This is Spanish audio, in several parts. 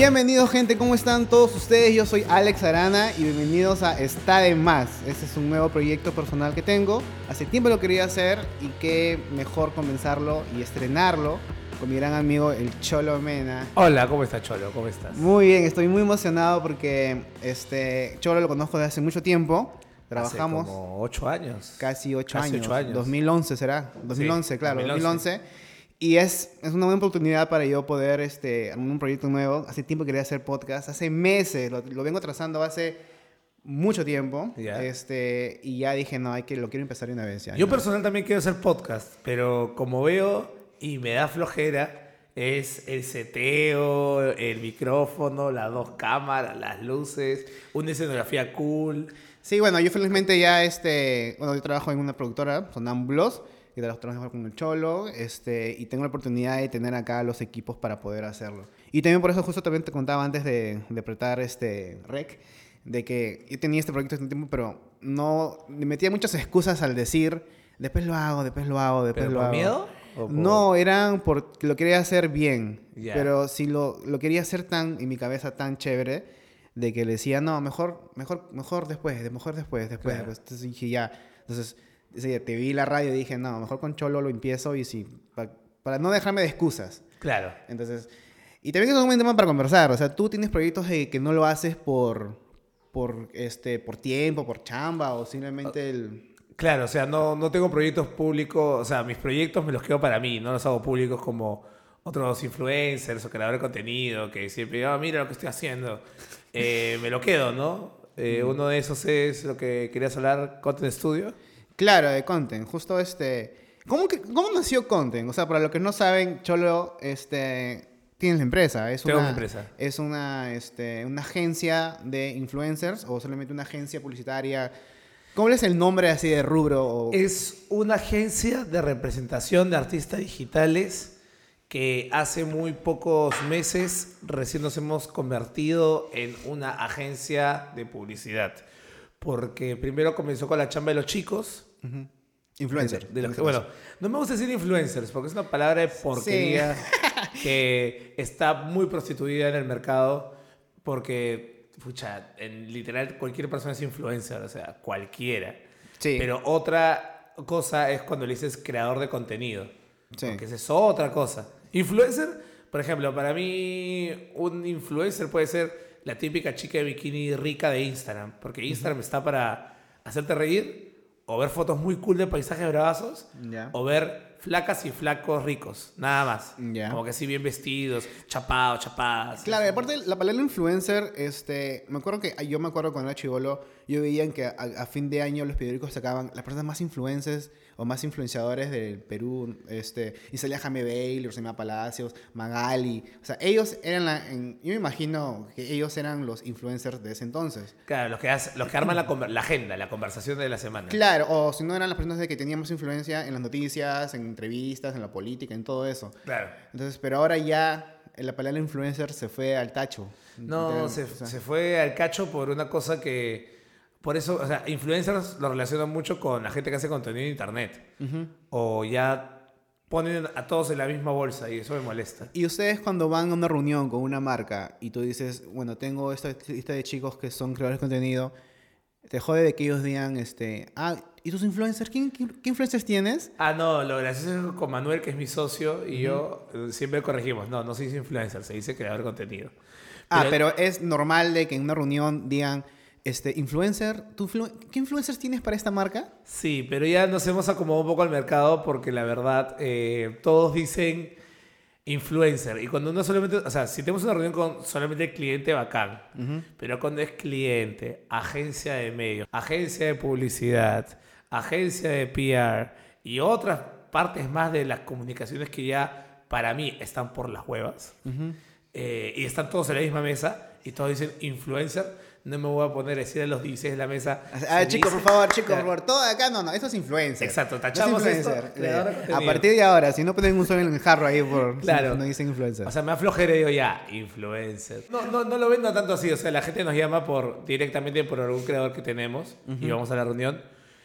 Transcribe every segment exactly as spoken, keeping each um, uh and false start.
Bienvenidos, gente, ¿cómo están todos ustedes? Yo soy Alex Arana y bienvenidos a Está de Más. Este es un nuevo proyecto personal que tengo. Hace tiempo lo quería hacer y qué mejor comenzarlo y estrenarlo con mi gran amigo el Cholo Mena. Hola, ¿cómo estás, Cholo? ¿Cómo estás? Muy bien, estoy muy emocionado porque este Cholo lo conozco desde hace mucho tiempo. Trabajamos hace como ocho años. Casi ocho Casi años. ocho años. dos mil once será. dos mil once, Sí, claro, dos mil once. dos mil once. Y es, es una buena oportunidad para yo poder este, armar un proyecto nuevo. Hace tiempo quería hacer podcast, hace meses, lo, lo vengo trazando hace mucho tiempo. Ya. Este, y ya dije, no, hay que, lo quiero empezar de una vez. Ya, Yo ¿no? personal también quiero hacer podcast, pero como veo y me da flojera, es el seteo, el micrófono, las dos cámaras, las luces, una escenografía cool. Sí, bueno, yo felizmente ya, este, bueno, yo trabajo en una productora, Sonámbulos, y trabajo con el Cholo, este, y tengo la oportunidad de tener acá los equipos para poder hacerlo. Y también por eso justo también te contaba antes de, de apretar este rec, de que yo tenía este proyecto hace un tiempo, pero no, me metía muchas excusas al decir, después lo hago, después lo hago, después ¿Pero lo por hago. miedo? ¿O por- No, eran porque lo quería hacer bien, Ya. pero si lo, lo quería hacer tan, en mi cabeza tan chévere, de que le decía, no, mejor, mejor, mejor después, de mejor después, después, Claro. después. Entonces dije, ya, entonces, ese día te vi la radio y dije, no, mejor con Cholo lo empiezo y sí, pa- para no dejarme de excusas. Claro. Entonces, y también es un buen tema para conversar, o sea, tú tienes proyectos de que no lo haces por, por, este, por tiempo, por chamba o simplemente el... Claro, o sea, no, no tengo proyectos públicos, o sea, mis proyectos me los quedo para mí, no los hago públicos como otros influencers o creadores de contenido que siempre, ah, mira lo que estoy haciendo. Eh, me lo quedo, ¿no? Eh, uno de esos es lo que querías hablar, Content Studio. Claro, de Content, justo este... ¿Cómo, que, ¿Cómo nació Content? O sea, para los que no saben, Cholo, este... Tienes la empresa, es Tengo una, mi empresa. es una, este, una agencia de influencers o solamente una agencia publicitaria. ¿Cómo es el nombre así de rubro? O... Es una agencia de representación de artistas digitales que hace muy pocos meses recién nos hemos convertido en una agencia de publicidad. Porque primero comenzó con la chamba de los chicos. Uh-huh. Influencer. De los que, bueno, no me gusta decir influencers porque es una palabra de porquería sí. que está muy prostituida en el mercado porque, pucha, en literal cualquier persona es influencer, o sea, cualquiera. Sí. Pero otra cosa es cuando le dices creador de contenido. Sí. Porque esa es otra cosa. Influencer, por ejemplo, para mí un influencer puede ser la típica chica de bikini rica de Instagram. Porque Instagram uh-huh. está para hacerte reír o ver fotos muy cool de paisajes bravazos Ya. o ver flacas y flacos ricos. Nada más. Ya. Como que así bien vestidos, chapados, chapadas. Claro, y aparte la palabra influencer, este, me acuerdo que, yo me acuerdo cuando era chibolo, yo veía que a, a fin de año los periódicos sacaban las personas más influencers o más influenciadores del Perú, este, y salía Jaime Bailey, Rosema Palacios, Magali, o sea, ellos eran la, en, yo me imagino que ellos eran los influencers de ese entonces. Claro, los que, hace, los que arman la, la agenda, la conversación de la semana. Claro, o si no eran las personas de que teníamos influencia en las noticias, en entrevistas, en la política, en todo eso. Claro. Entonces, pero ahora ya la palabra influencer se fue al tacho. No, se, o sea. se fue al cacho por una cosa que... Por eso, o sea, influencers lo relacionan mucho con la gente que hace contenido en internet. Uh-huh. O ya ponen a todos en la misma bolsa y eso me molesta. Y ustedes cuando van a una reunión con una marca y tú dices, bueno, tengo esta lista de chicos que son creadores de contenido, te jode de que ellos digan, este, ah, ¿y tus influencers? ¿Qué, qué, qué influencers tienes? Ah, no, lo gracioso es con Manuel, que es mi socio, y uh-huh. yo siempre corregimos. No, no se dice influencer, se dice creador de contenido. Ah, pero, pero es normal de que en una reunión digan, este, influencer, ¿tú influ- ¿qué influencers tienes para esta marca? Sí, pero ya nos hemos acomodado un poco al mercado porque la verdad, eh, todos dicen influencer. Y cuando uno solamente, o sea, si tenemos una reunión con solamente el cliente, bacán. Uh-huh. Pero cuando es cliente, agencia de medios, agencia de publicidad, agencia de P R y otras partes más de las comunicaciones que ya para mí están por las huevas, uh-huh. eh, y están todos en la misma mesa y todos dicen influencer, no me voy a poner a decir a los dieciséis de la mesa. Ah, chicos, por favor, chicos, por favor. Todo acá, no, no, eso es influencer. Exacto, tachamos no es esto. influencer. A partir de ahora, si no ponen un sol en el jarro ahí por claro. si no dicen influencer. O sea, me aflojera y digo ya, influencer. No, no, no lo vendo tanto así, o sea, la gente nos llama por directamente por algún creador que tenemos uh-huh. y vamos a la reunión.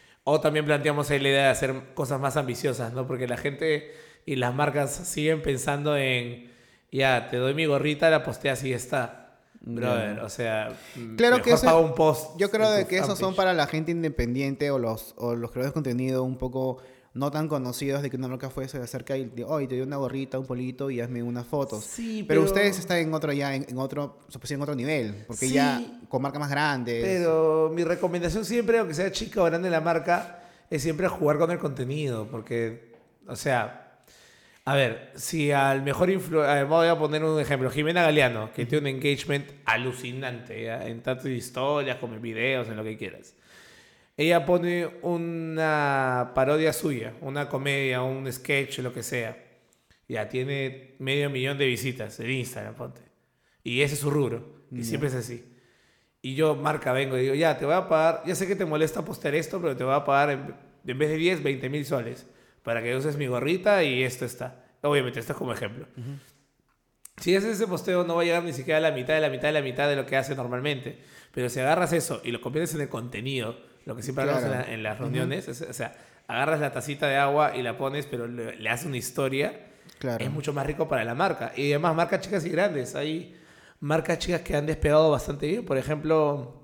O también planteamos ahí la idea de hacer cosas más ambiciosas, ¿no? Porque la gente y las marcas siguen pensando en Ya, te doy mi gorrita, la posteas y ya está. Brother, yeah. o sea, claro mejor que eso, paga un post. yo creo de que fanpage. esos son para la gente independiente o los, o los creadores de contenido un poco no tan conocidos, de que una marca fue, se acerca y te, oh, te dio una gorrita, un polito y hazme unas fotos. Sí, pero, pero ustedes están en otro ya, en, en otro, se en otro nivel, porque sí, ya con marcas más grandes. Pero mi recomendación siempre, aunque sea chica o grande la marca, es siempre jugar con el contenido, porque, o sea... A ver, si al mejor influencer... Voy a poner un ejemplo. Jimena Galeano, que uh-huh. tiene un engagement alucinante, ¿ya? En tanto de historias, como en videos, en lo que quieras. Ella pone una parodia suya, una comedia, un sketch, lo que sea. Ya tiene medio millón de visitas en Instagram, ponte. Y ese es su rubro. Y yeah. siempre es así. Y yo, marca, vengo y digo, ya, te voy a pagar... Ya sé que te molesta postear esto, pero te voy a pagar en, en vez de diez, veinte mil soles. Para que uses mi gorrita y esto está. Obviamente, esto es como ejemplo. Uh-huh. Si haces ese posteo, no va a llegar ni siquiera a la mitad de la mitad de la mitad de lo que hace normalmente. Pero si agarras eso y lo conviertes en el contenido, lo que siempre claro. hablamos en, la, en las reuniones, uh-huh. es, o sea, agarras la tacita de agua y la pones, pero le, le haces una historia, claro. es mucho más rico para la marca. Y además, marcas chicas y grandes. Hay marcas chicas que han despegado bastante bien. Por ejemplo,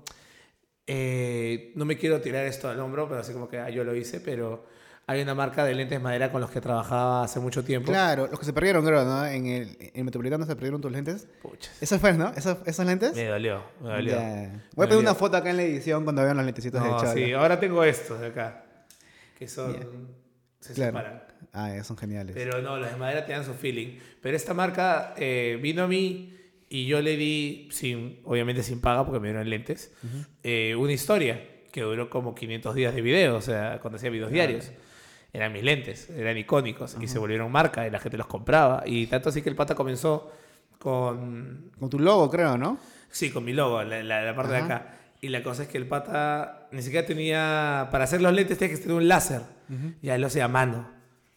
eh, no me quiero tirar esto al hombro, pero así como que ah, yo lo hice, pero... Hay una marca de lentes madera con los que trabajaba hace mucho tiempo. Claro, los que se perdieron, creo, ¿no? En el en Metropolitano se perdieron tus lentes. Pucha. ¿Eso fue, no? ¿Esos, esos lentes? Me dolió, me dolió. Yeah. Voy a pedir una foto acá en la edición cuando vean los lentecitos no, de Cholo. Sí, ahora tengo estos de acá. Que son... Yeah. Se claro. separan. Ah, ya, son geniales. Pero no, los de madera te dan su feeling. Pero esta marca eh, vino a mí y yo le di, sin, obviamente sin paga porque me dieron lentes, uh-huh. eh, una historia que duró como quinientos días de video, o sea, cuando hacía videos claro. diarios. Eran mis lentes, eran icónicos uh-huh. y se volvieron marca y la gente los compraba. Y tanto así que el pata comenzó con... Con tu logo, creo, ¿no? Sí, con mi logo, la, la, la parte uh-huh. de acá. Y la cosa es que el pata ni siquiera tenía... Para hacer los lentes tenía que tener un láser. Uh-huh. Y él lo hacía a mano.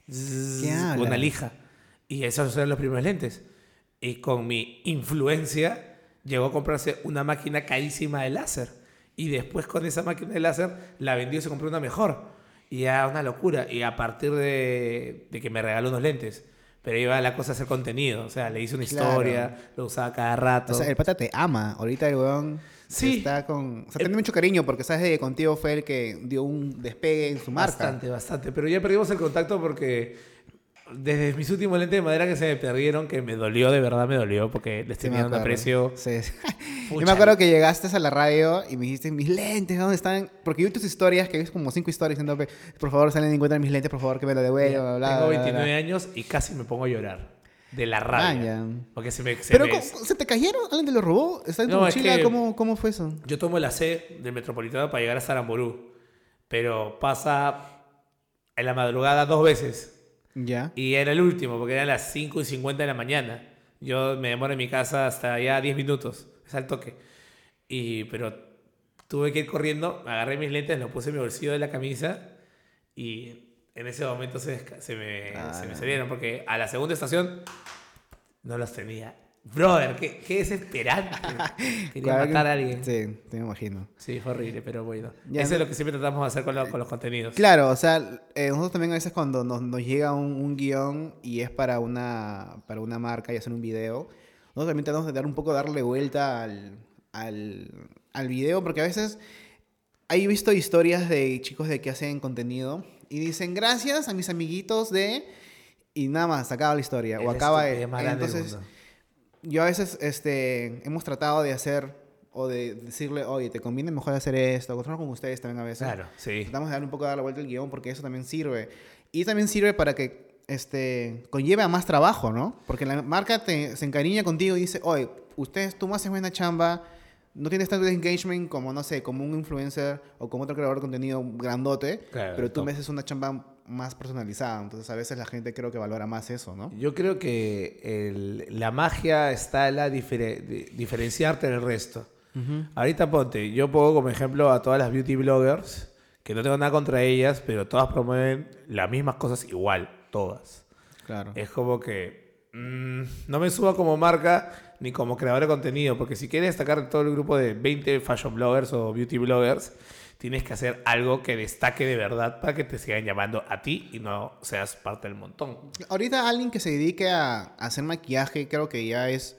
Zzz, con una lija. Y esos eran los primeros lentes. Y con mi influencia llegó a comprarse una máquina carísima de láser. Y después con esa máquina de láser la vendió y se compró una mejor. Y era una locura. Y a partir de, de que me regaló unos lentes. Pero iba la cosa a hacer contenido. O sea, le hice una claro. historia, lo usaba cada rato. O sea, el pata te ama. Ahorita el weón sí. está con... O sea, tiene el... mucho cariño porque sabes que contigo fue el que dio un despegue en su marca. Bastante, bastante. Pero ya perdimos el contacto porque desde mis últimos lentes de madera que se me perdieron, que me dolió, de verdad me dolió, porque les tenía sí, un aprecio... Sí, sí. Yo me acuerdo que llegaste a la radio y me dijiste, mis lentes, ¿dónde están? Porque yo vi tus historias, que ves como cinco historias diciendo, por favor, salen y encuentran mis lentes, por favor, que me lo devuelvan. Bla, Tengo bla, veintinueve bla, bla. años y casi me pongo a llorar. De la rabia. Ah, porque se me... Se ¿Pero me... ¿se te cayeron? ¿Alguien te lo robó? ¿Está en tu no, mochila? Es que ¿Cómo, ¿Cómo fue eso? Yo tomo la C del Metropolitano para llegar a Saramburú. Pero pasa en la madrugada dos veces. Ya. Y era el último, porque eran las cinco y cincuenta de la mañana. Yo me demoro en mi casa hasta ya diez minutos. Es al toque. Y, pero tuve que ir corriendo, agarré mis lentes, los puse en mi bolsillo de la camisa y en ese momento se, se, me, ah, se me salieron porque a la segunda estación no los tenía. Brother, qué, qué desesperante. Quería matar que... a alguien. Sí, te imagino. Sí, fue horrible, pero bueno. Ya Eso no... es lo que siempre tratamos de hacer con, lo, con los contenidos. Claro, o sea, eh, nosotros también a veces cuando nos, nos llega un, un guión y es para una, para una marca y hacer un video, nosotros también tratamos de dar un poco, darle vuelta al, al, al video, porque a veces he visto historias de chicos de que hacen contenido y dicen gracias a mis amiguitos de... Y nada más, acaba la historia. El o acaba... El, entonces... Yo a veces este, hemos tratado de hacer o de decirle, oye, te conviene mejor hacer esto, controlar con ustedes también a veces. Claro, sí. Tratamos de darle un poco de dar la vuelta al guión porque eso también sirve. Y también sirve para que este, conlleve a más trabajo, ¿no? Porque la marca te, se encariña contigo y dice, oye, ustedes, tú me haces buena chamba, no tienes tanto engagement como, no sé, como un influencer o como otro creador de contenido grandote, claro, pero tú me haces una chamba más personalizada. Entonces, a veces la gente creo que valora más eso, ¿no? Yo creo que el, la magia está en la difere, diferenciarte del resto. Uh-huh. Ahorita ponte, yo pongo como ejemplo a todas las beauty bloggers, que no tengo nada contra ellas, pero todas promueven las mismas cosas igual, todas. Claro. Es como que mmm, no me suba como marca ni como creador de contenido, porque si quieres destacar todo el grupo de veinte fashion bloggers o beauty bloggers, tienes que hacer algo que destaque de verdad para que te sigan llamando a ti y no seas parte del montón. Ahorita alguien que se dedique a, a hacer maquillaje creo que ya es...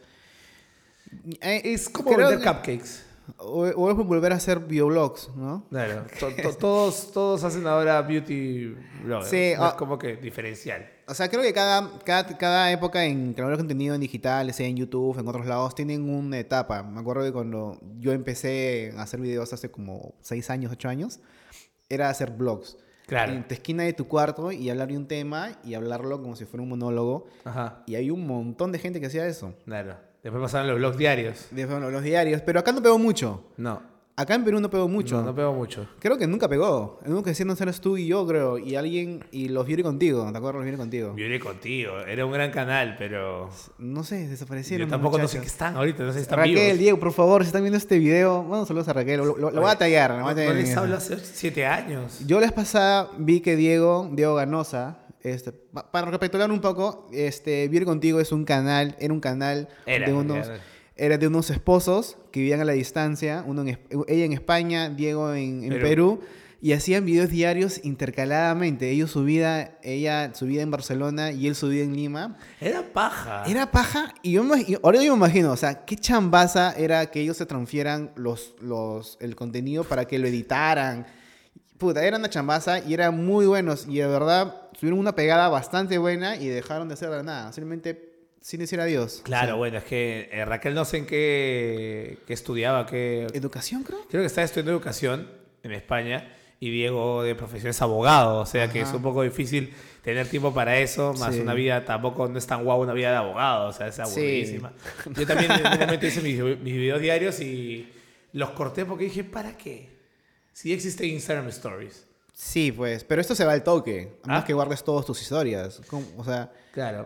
eh, Es como creo vender que- cupcakes. O, o es volver a hacer bioblogs, ¿no? Claro, to- to- todos, todos hacen ahora beauty bloggers. Sí, No es ah. como que diferencial. O sea, creo que cada, cada, cada época en crear contenido en digital, sea en YouTube, en otros lados, tienen una etapa. Me acuerdo que cuando yo empecé a hacer videos hace como seis años, ocho años, era hacer blogs. Claro. En tu esquina de tu cuarto y hablar de un tema y hablarlo como si fuera un monólogo. Ajá, Y hay un montón de gente que hacía eso. claro. Después pasaron los blogs diarios. De bueno, los diarios. Pero acá no pegó mucho. No, Acá en Perú no pegó mucho. no, no pego mucho. Creo que nunca pegó. El único que hacían eras tú y yo, creo. Y alguien... Y los Viene Contigo. ¿Te acuerdas? Los Viene Contigo. Viviré contigo. Era un gran canal, pero No sé, desaparecieron. yo tampoco no muchachos. sé qué están ahorita. No sé si están Raquel, vivos. Diego, por favor, si están viendo este video, bueno, saludos a Raquel, lo, lo- lo voy a tallar. lo voy a No, tallar no en les eso. hablo hace siete años. Yo la vez pasada vi que Diego, Diego Ganosa, este, pa- para recapitular un poco, este, Vivir Contigo es un canal, era un canal Era, de unos, era. era de unos esposos que vivían a la distancia, uno en Es- ella en España, Diego en, en Perú. Perú. Y hacían videos diarios intercaladamente. Ellos su vida, ella su vida en Barcelona y él su vida en Lima. Era paja. Era paja y yo me, y ahora yo me imagino, o sea, qué chambaza era que ellos se transfieran los, los, el contenido para que lo editaran. Puta, era una chambaza y eran muy buenos y de verdad tuvieron una pegada bastante buena y dejaron de hacer de nada, simplemente sin decir adiós. Claro, O sea, bueno, es que eh, Raquel no sé en qué, qué estudiaba, qué... ¿educación, creo? Creo que está estudiando educación en España y Diego de profesión es abogado, o sea que Ajá. es un poco difícil tener tiempo para eso, más Sí. una vida tampoco no es tan guau una vida de abogado, o sea, es aburridísima. Yo también en un momento hice mis, mis videos diarios y los corté porque dije, ¿para qué? Si existe Instagram Stories. Sí, pues, pero esto se va al toque, a menos ¿Ah? que guardes todas tus historias. ¿Cómo? O sea, Claro.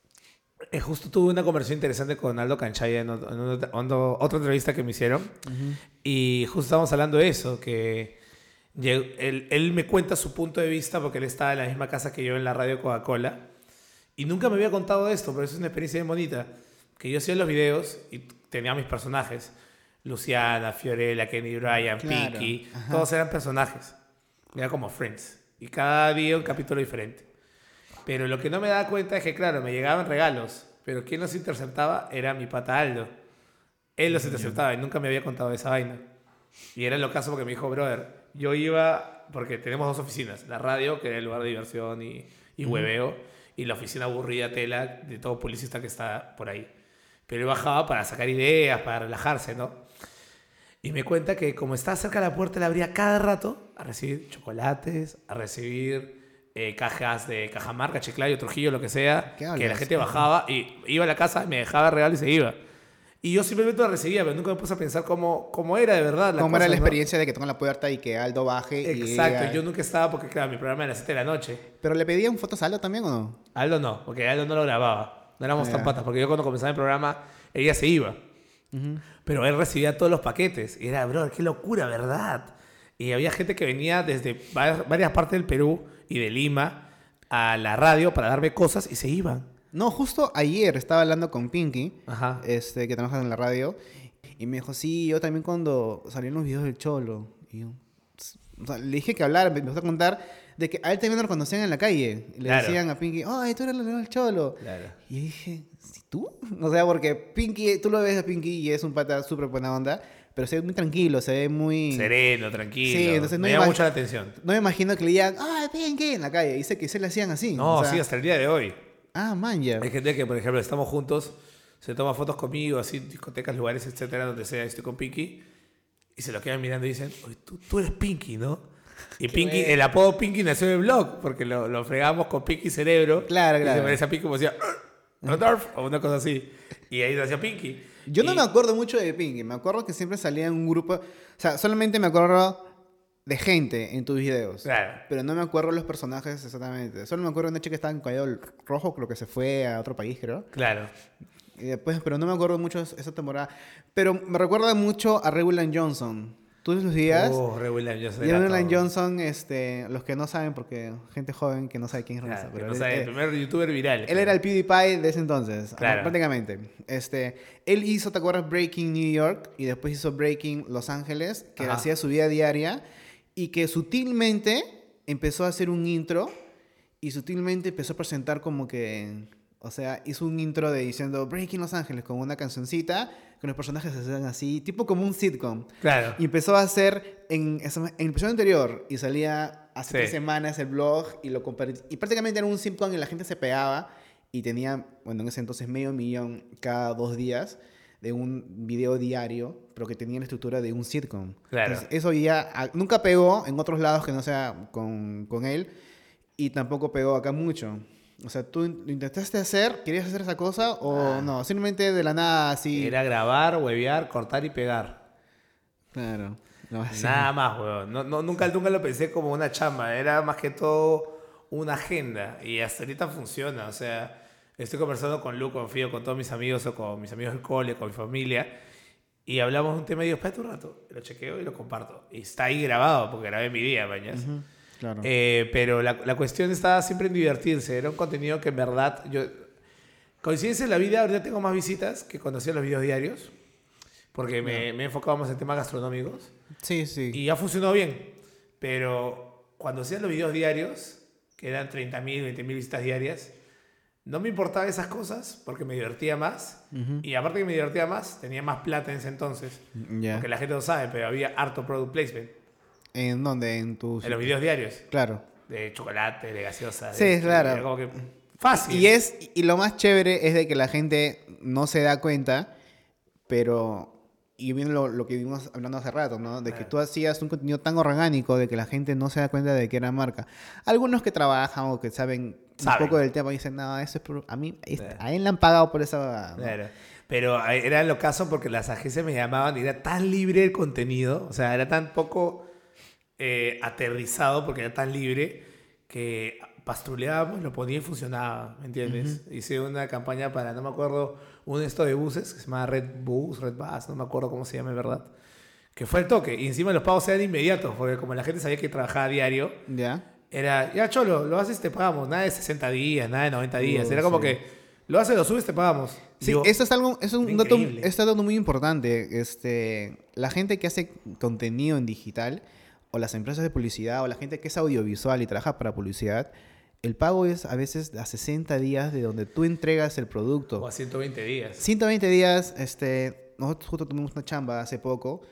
Eh, justo tuve una conversación interesante con Aldo Canchaya en, ot- en otra, ondo- otra entrevista que me hicieron. Y justo estábamos hablando de eso, que lleg- él, él me cuenta su punto de vista porque él estaba en la misma casa que yo en la radio Coca-Cola. Y nunca me había contado esto, pero eso es una experiencia bien bonita. Que yo hacía los videos y t- tenía mis personajes. Luciana, Fiorella, Kenny Bryan, Claro, Piki. ajá. Todos eran personajes. Era como Friends. Y cada día un capítulo diferente. Pero lo que no me daba cuenta es que, claro, me llegaban regalos, pero quien los interceptaba era mi pata Aldo. Él los interceptaba y nunca me había contado esa vaina. Y era lo caso porque me dijo, brother, yo iba, porque tenemos dos oficinas, la radio, que era el lugar de diversión y, y hueveo, y la oficina aburrida tela de todo publicista que está por ahí. Pero él bajaba para sacar ideas, para relajarse, ¿no? Y me cuenta que como estaba cerca de la puerta, él abría cada rato a recibir chocolates, a recibir eh, cajas de Cajamarca, Chiclayo, Trujillo, lo que sea, ¿Qué que hablas? la gente bajaba y iba a la casa, me dejaba regalo y se iba. Y yo simplemente lo recibía, pero nunca me puse a pensar cómo, cómo era de verdad la ¿cómo cosa, era la ¿no? experiencia de que tocan la puerta y que Aldo baje? y Exacto, diga- yo nunca estaba porque, claro, mi programa era a las siete de la noche. ¿Pero le pedían fotos a Aldo también o no? Aldo no, porque Aldo no lo grababa. No éramos Ah, tan ya. patas, porque yo cuando comenzaba el programa, ella se iba. Pero él recibía todos los paquetes. Y era, bro, qué locura, ¿verdad? Y había gente que venía desde va- varias partes del Perú y de Lima a la radio para darme cosas y se iban. No, justo ayer estaba hablando con Pinky, Ajá. este, que trabaja en la radio, y me dijo, sí, yo también cuando salieron los videos del Cholo. Y yo, o sea, le dije que hablara, me empezó a contar de que a él también lo reconocían en la calle. Y le Claro. decían a Pinky, ay, tú eres el del Cholo. Claro. Y yo dije, ¿sí tú? O sea, porque Pinky, tú lo ves a Pinky y es un pata súper buena onda, pero se ve muy tranquilo, se ve muy... Sereno, tranquilo. Sí, entonces no me me llama imag- mucho la atención. No me imagino que le digan, ay, Pinky, en la calle. Dice que se le hacían así. No, o sea, sí, hasta el día de hoy. Ah, man, ya. Hay gente que, por ejemplo, estamos juntos, se toma fotos conmigo, así, discotecas, lugares, etcétera, donde sea, estoy con Pinky, y se lo quedan mirando y dicen, oye, tú, tú eres Pinky, ¿no? Y Pinky, bueno. el apodo Pinky nació en el blog, porque lo, lo fregamos con Pinky Cerebro. Claro, Y claro. se parece a Pinky como decía, Rodolfo, o una cosa así. Y ahí nació Pinky. Yo no Y- me acuerdo mucho de Pinky. Me acuerdo que siempre salía en un grupo. O sea, solamente me acuerdo de gente en tus videos. Claro. Pero no me acuerdo los personajes exactamente. Solo me acuerdo de una chica que estaba en cabello rojo, creo que se fue a otro país, creo. Claro. Y después, pero no me acuerdo mucho de esa temporada. Pero me recuerda mucho a Regulan Johnson. ¿Tú los días? Oh, Ray Williams, yo sé Y era Regulan todo. Johnson, este, los que no saben, porque gente joven que no sabe quién es Claro, Ramsa, que pero no él- sabe, el él- primer youtuber viral. él era el PewDiePie de ese entonces, Claro. prácticamente. Este, él hizo, ¿te acuerdas? Breaking New York y después hizo Breaking Los Ángeles, que Ajá. hacía su vida diaria Y que sutilmente empezó a hacer un intro y sutilmente empezó a presentar como que, o sea, hizo un intro de diciendo Breaking Los Ángeles con una cancioncita, con los personajes se hacían así, tipo como un sitcom. Claro. Y empezó a hacer en, esa- en el episodio anterior y salía hace Sí. tres semanas el blog y lo compartí. Y prácticamente era un sitcom y la gente se pegaba y tenía, bueno, en ese entonces medio millón cada dos días de un video diario, pero que tenía la estructura de un sitcom. Claro. Entonces, eso ya ah, nunca pegó en otros lados que no sea con, con él y tampoco pegó acá mucho. O sea, ¿tú in- lo intentaste hacer? ¿Querías hacer esa cosa? ¿O Ah. no? Simplemente de la nada así. Era grabar, huevear, cortar y pegar. Claro. No, así. Nada más, weón. No, no, nunca, nunca lo pensé como una chamba. Era más que todo una agenda. Y hasta ahorita funciona. O sea, estoy conversando con Lu, con Fío, con todos mis amigos o con mis amigos del cole, con mi familia. Y hablamos de un tema y digo, espérate un rato. Lo chequeo y lo comparto. Y está ahí grabado porque grabé mi día, mañas. Ujú, claro. Eh, pero la, la cuestión estaba siempre en divertirse. Era un contenido que en verdad yo... Coincidencia en la vida, ahorita tengo más visitas que cuando hacía los videos diarios. Porque me, me he enfocado más en temas gastronómicos. Sí, sí. Y ha funcionado bien. Pero cuando hacía los videos diarios, que eran treinta mil, veinte mil visitas diarias, no me importaba esas cosas porque me divertía más. Ujú. Y aparte que me divertía más, tenía más plata en ese entonces. Ya. Porque la gente no sabe, pero había harto product placement ¿En dónde? En tus... en los videos diarios. Claro. De chocolate, de gaseosa. Sí, de esto, claro. era como que fácil. Y, es, y lo más chévere es de que la gente no se da cuenta, pero... Y viene lo, lo que vimos hablando hace rato, ¿no? De que tú hacías un contenido tan orgánico de que la gente no se da cuenta de que era marca. Algunos que trabajan o que saben, Saben. un poco del tema dicen, no, eso es por... A mí, es- Sí. a él le han pagado por esa... ¿no? Claro. Pero era lo caso porque las agencias me llamaban y era tan libre el contenido, o sea, era tan poco eh, aterrizado porque era tan libre que pastruleábamos, lo ponía y funcionaba, ¿me entiendes? Hice una campaña para, no me acuerdo, un esto de buses que se llama Red Bus, Red Bus, no me acuerdo cómo se llama en verdad, que fue el toque. Y encima los pagos eran inmediatos porque como la gente sabía que trabajaba a diario, ¿Ya? era, ya cholo, lo haces, te pagamos, nada de sesenta días, nada de noventa días, Uh, era como sí. que lo haces, lo subes, te pagamos. Sí, Digo, eso es algo, es un era dato, increíble. es un dato muy importante. Este, la gente que hace contenido en digital, o las empresas de publicidad, o la gente que es audiovisual y trabaja para publicidad, el pago es a veces a sesenta días de donde tú entregas el producto. o a ciento veinte días. ciento veinte días, este, nosotros justo tuvimos una chamba hace poco,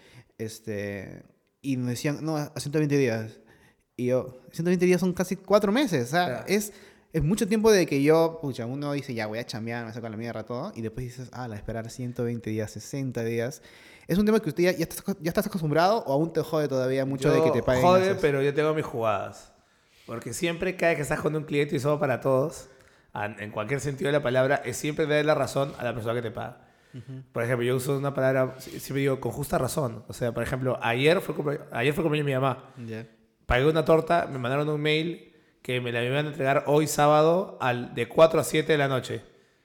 este, y nos decían, no, a ciento veinte días. Y yo, ciento veinte días son casi cuatro meses, o sea, Claro. es, es mucho tiempo de que yo, pucha, uno dice, ya voy a chambear, me saco la mierda, todo, y después dices, ah, la esperar ciento veinte días, sesenta días. ¿Es un tema que usted ya, ya, estás, ya estás acostumbrado o aún te jode todavía mucho de que te paguen? Jode, esas- pero yo tengo mis jugadas. Porque siempre cada vez que estás con un cliente y somos para todos, an- en cualquier sentido de la palabra, es siempre darle la razón a la persona que te paga. Por ejemplo, yo uso una palabra, si- siempre digo, con justa razón. O sea, por ejemplo, ayer fue, cumple- ayer fue cumpleaños de mi mamá. Ya. Pagué una torta, me mandaron un mail que me la iban a entregar hoy sábado al, de cuatro a siete de la noche.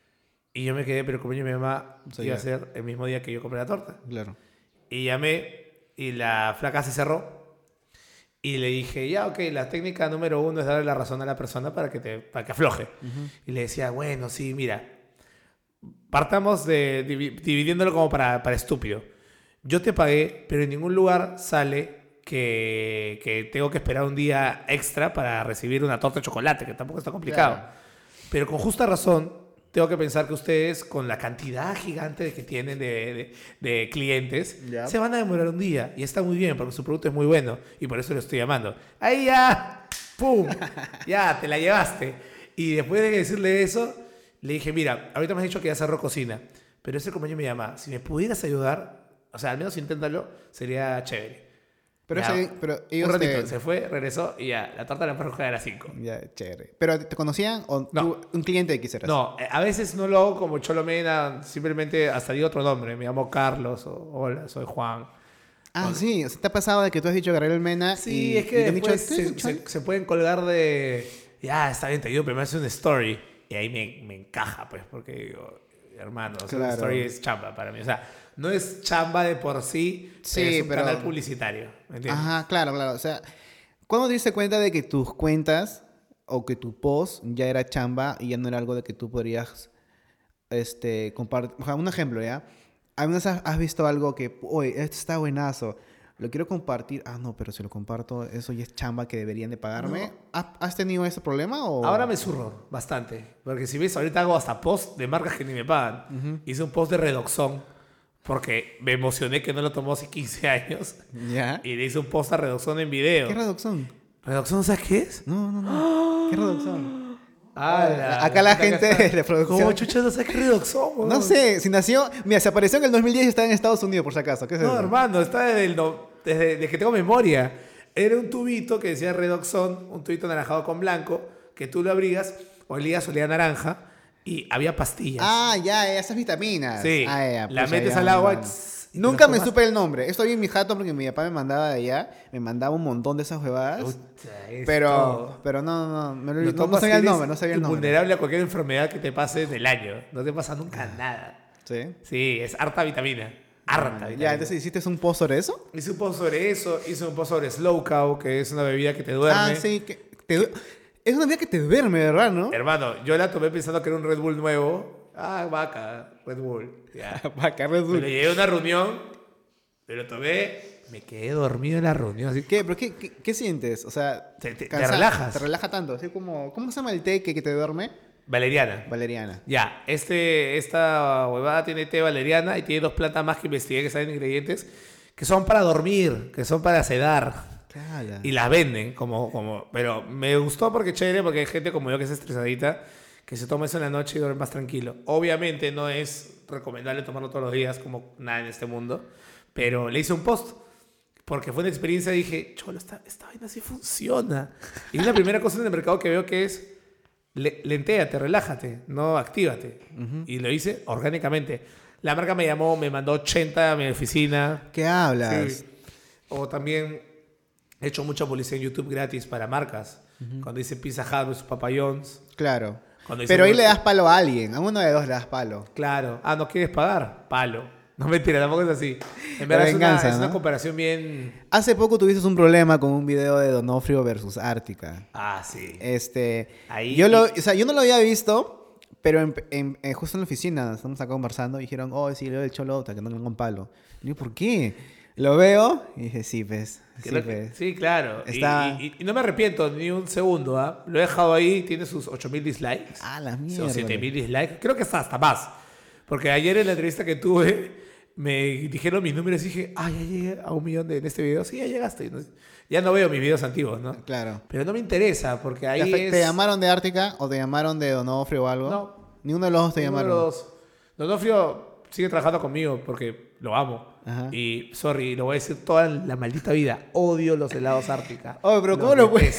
Y yo me quedé, pero el cumpleaños de mi mamá Sí, iba a ya. ser el mismo día que yo compré la torta. Claro. Y llamé y la flaca se cerró. Y le dije, ya, ok, la técnica número uno es darle la razón a la persona para que, te, para que afloje. Y le decía, bueno, sí, mira, partamos de divi- dividiéndolo como para, para estúpido. Yo te pagué, pero en ningún lugar sale que, que tengo que esperar un día extra para recibir una torta de chocolate, que tampoco está complicado. Claro. Pero con justa razón, tengo que pensar que ustedes, con la cantidad gigante de que tienen de, de- de clientes, Ya. se van a demorar un día. Y está muy bien, porque su producto es muy bueno. Y por eso lo estoy llamando. Ahí ya, ¡pum! Ya, te la llevaste. Y después de decirle eso, le dije, mira, ahorita me has dicho que ya cerró cocina. Pero ese compañero me llama. Si me pudieras ayudar, o sea, al menos inténtalo, sería chévere. Pero, Ya, ese- pero ellos un ratito, te- se fue, regresó y ya, la torta la puedo coger a las cinco. Ya, chévere. ¿Pero te conocían o No. tú, un cliente que quisieras? No, eh, a veces no lo hago como Cholomena, simplemente hasta digo otro nombre. Me llamo Carlos o hola, soy Juan. Ah, sí. o sea, ¿te ha pasado de que tú has dicho Gabriel Mena? Sí, y, es que y te han después dicho, se, se- se pueden colgar de... Ya, está bien, te digo, pero me hace una story. Y ahí me, me encaja, pues, porque digo, hermano, hacer una Claro. story es chamba para mí. O sea, no es chamba de por sí, Sí, es un pero- canal publicitario. ¿Me entiendes? Ajá, claro, claro. O sea, ¿cuándo te diste cuenta de que tus cuentas o que tu post ya era chamba y ya no era algo de que tú podrías este, compartir? O sea, un ejemplo, ¿ya? ¿Alguna vez has has visto algo que, oye, esto está buenazo? lo quiero compartir. Ah, no, pero si lo comparto, eso ya es chamba que deberían de pagarme. No. ¿Has, has tenido ese problema o...? Ahora me zurro bastante. Porque si ves, ahorita hago hasta post de marcas que ni me pagan. Uh-huh. Hice un post de Redoxon porque me emocioné que no lo tomó hace quince años. ¿Ya? Y le hice un post a Redoxon en video. ¿Qué Redoxon? ¿Redoxon sabes qué es? No, no, no. ¿Qué Redoxon? Ah, la, acá la gente está... de producción. ¿Cómo chucha no sabes qué Redoxon? Bro? No sé, si nació... Mira, se apareció en el dos mil diez y está en Estados Unidos, por si acaso. ¿Qué es no, eso? hermano, está desde, el no... desde, desde que tengo memoria. Era un tubito que decía Redoxon, un tubito anaranjado con blanco, que tú lo abrías, olías, olía naranja, y había pastillas. Ah, ya, esas vitaminas. Sí, ah, ya, la pues metes allá, al agua... Tss, nunca me supe el nombre. Estoy en mi jato porque mi papá me mandaba de allá. Me mandaba un montón de esas huevadas. Puta, pero, pero no, no, no, no, no, no sabía el nombre, no sabía el nombre. Vulnerable a cualquier enfermedad que te pase en el año. No te pasa nunca nada. ¿Sí? Sí, es harta vitamina. Harta vitamina. Ya, entonces, ¿hiciste un post sobre eso? Hice un post sobre eso. Hice un post sobre Slow Cow, que es una bebida que te duerme. Ah, sí. Que te du- es una bebida que te duerme, ¿verdad, no? Hermano, yo la tomé pensando que era un Red Bull nuevo. Ah, vaca, Red Bull. Ya. Vaca, Red Bull. Pero llegué a una reunión... Me lo tomé, me quedé dormido en la reunión. Así. ¿Qué? ¿Pero qué, qué, qué sientes? O sea, te, te, te cansado, relajas. Te relaja tanto. Así como, ¿cómo se llama el té que, que te duerme? Valeriana. Valeriana. Ya, este, esta huevada tiene té valeriana y tiene dos plantas más que investigué que saben ingredientes que son para dormir, que son para sedar. Claro. Y las venden como, como... Pero me gustó porque chévere, porque hay gente como yo que es estresadita que se toma eso en la noche y duerme más tranquilo. Obviamente no es recomendable tomarlo todos los días como nada en este mundo. Pero le hice un post porque fue una experiencia y dije, cholo, esta, esta vaina sí funciona. Y es la primera cosa en el mercado que veo que es le, lentéate, relájate, no actívate. Uh-huh. Y lo hice orgánicamente. La marca me llamó, me mandó ochenta a mi oficina. ¿Qué hablas? Sí. O también he hecho mucha publicidad en YouTube gratis para marcas. Uh-huh. Cuando dice Pizza Hut versus Papa John's. Claro. Pero ahí un... le das palo a alguien. A uno de dos le das palo. Claro. Ah, ¿no quieres pagar? Palo. No, mentira, tampoco es así. En verdad venganza, es, una, ¿no? es una comparación bien... Hace poco tuviste un problema con un video de Donofrio versus Ártica. Ah, sí. Este... Ahí... Yo, lo, o sea, yo no lo había visto, pero en, en, en, justo en la oficina, estamos acá conversando, y dijeron, oh, sí, leo el Cholota, que no le pongan palo. Y yo, ¿por qué? Lo veo y dije, sí, pues. Sí, pues. Sí, claro. Está... Y, y, y no me arrepiento ni un segundo, ¿ah? ¿eh? Lo he dejado ahí, tiene sus ocho mil dislikes. Ah, la mierda. O siete mil dislikes. Creo que está hasta más. Porque ayer en la entrevista que tuve... Me dijeron mis números y dije, ah, ya llegué a un millón de, en este video. Sí, ya llegaste. Ya no veo mis videos antiguos, ¿no? Claro. Pero no me interesa, porque ahí ¿Te, es... ¿Te llamaron de Ártica o te llamaron de Donofrio o algo? No. Ni uno de los dos te llamaron. Uno de los dos. Donofrio sigue trabajando conmigo porque lo amo. Ajá. Y, sorry, lo voy a decir toda la maldita vida. Odio los helados Ártica. Oh, pero ¿cómo lo puedes?